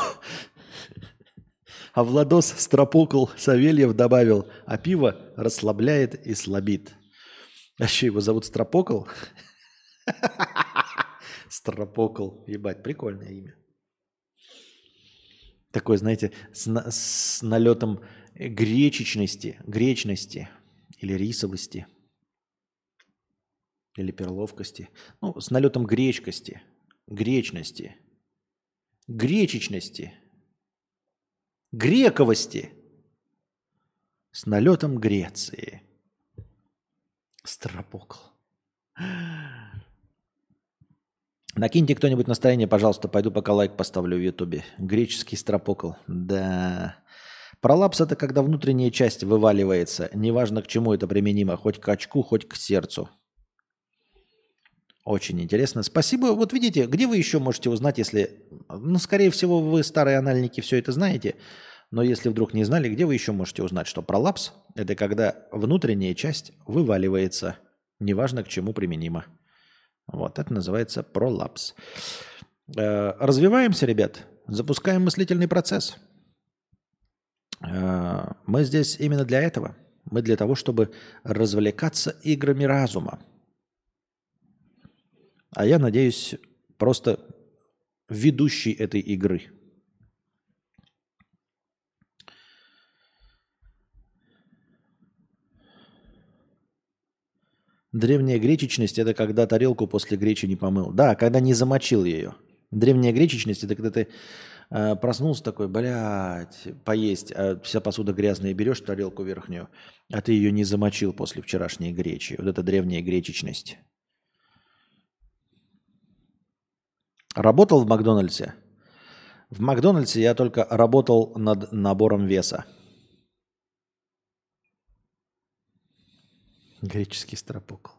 Стропокл Савельев добавил, а пиво расслабляет и слабит. А еще его зовут Стропокл? Стропокл, ебать, прикольное имя. Такое, знаете, с налетом гречности или рисовости, или перловкости. Ну, с налетом гречности, гречечности, грековости, с налетом Греции. Стропокл. Накиньте кто-нибудь настроение, пожалуйста, пойду пока лайк поставлю в Ютубе. Греческий стропокл. Да. Пролапс – это когда внутренняя часть вываливается. Неважно, к чему это применимо. Хоть к очку, хоть к сердцу. Очень интересно. Спасибо. Вот видите, где вы еще можете узнать, если... Ну, скорее всего, вы, старые анальники, все это знаете. Но если вдруг не знали, где вы еще можете узнать, что пролапс – это когда внутренняя часть вываливается. Неважно, к чему применимо. Вот, это называется пролапс. Развиваемся, ребят. Запускаем мыслительный процесс. Мы здесь именно для этого. Мы для того, чтобы развлекаться играми разума. А я надеюсь, просто ведущий этой игры. Древняя гречечность – это когда тарелку после гречи не помыл. Да, когда не замочил ее. Древняя гречечность – это когда ты проснулся такой, блядь, поесть, а вся посуда грязная, берешь тарелку верхнюю, а ты ее не замочил после вчерашней гречи. Вот это древняя гречечность. Работал в Макдональдсе? В Макдональдсе я только работал над набором веса. Греческий стропокл.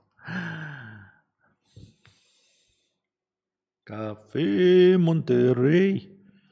Кафе Монтерей.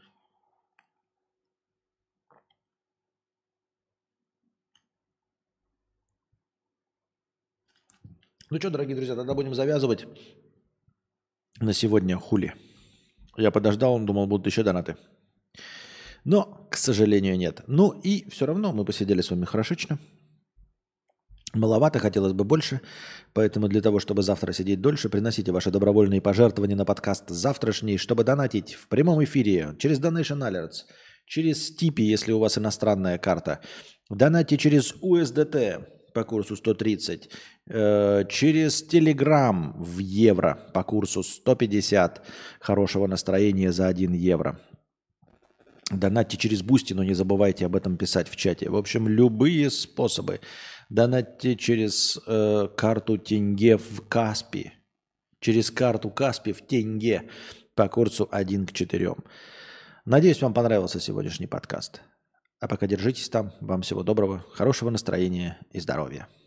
Ну что, дорогие друзья, тогда будем завязывать на сегодня хули. Я подождал, думал, будут еще донаты. Но, к сожалению, нет. Ну и все равно мы посидели с вами хорошечно. Маловато, хотелось бы больше, поэтому для того, чтобы завтра сидеть дольше, приносите ваши добровольные пожертвования на подкаст завтрашний, чтобы донатить в прямом эфире через Donation Alerts, через Типи, если у вас иностранная карта, донатьте через USDT по курсу 130, через Telegram в евро по курсу 150, хорошего настроения за 1 евро. Донатьте через Бусти, но не забывайте об этом писать в чате. В общем, любые способы. Донатьте через карту тенге в Каспи. Через карту Каспи в тенге по курсу 1 к 4. Надеюсь, вам понравился сегодняшний подкаст. А пока держитесь там. Вам всего доброго, хорошего настроения и здоровья.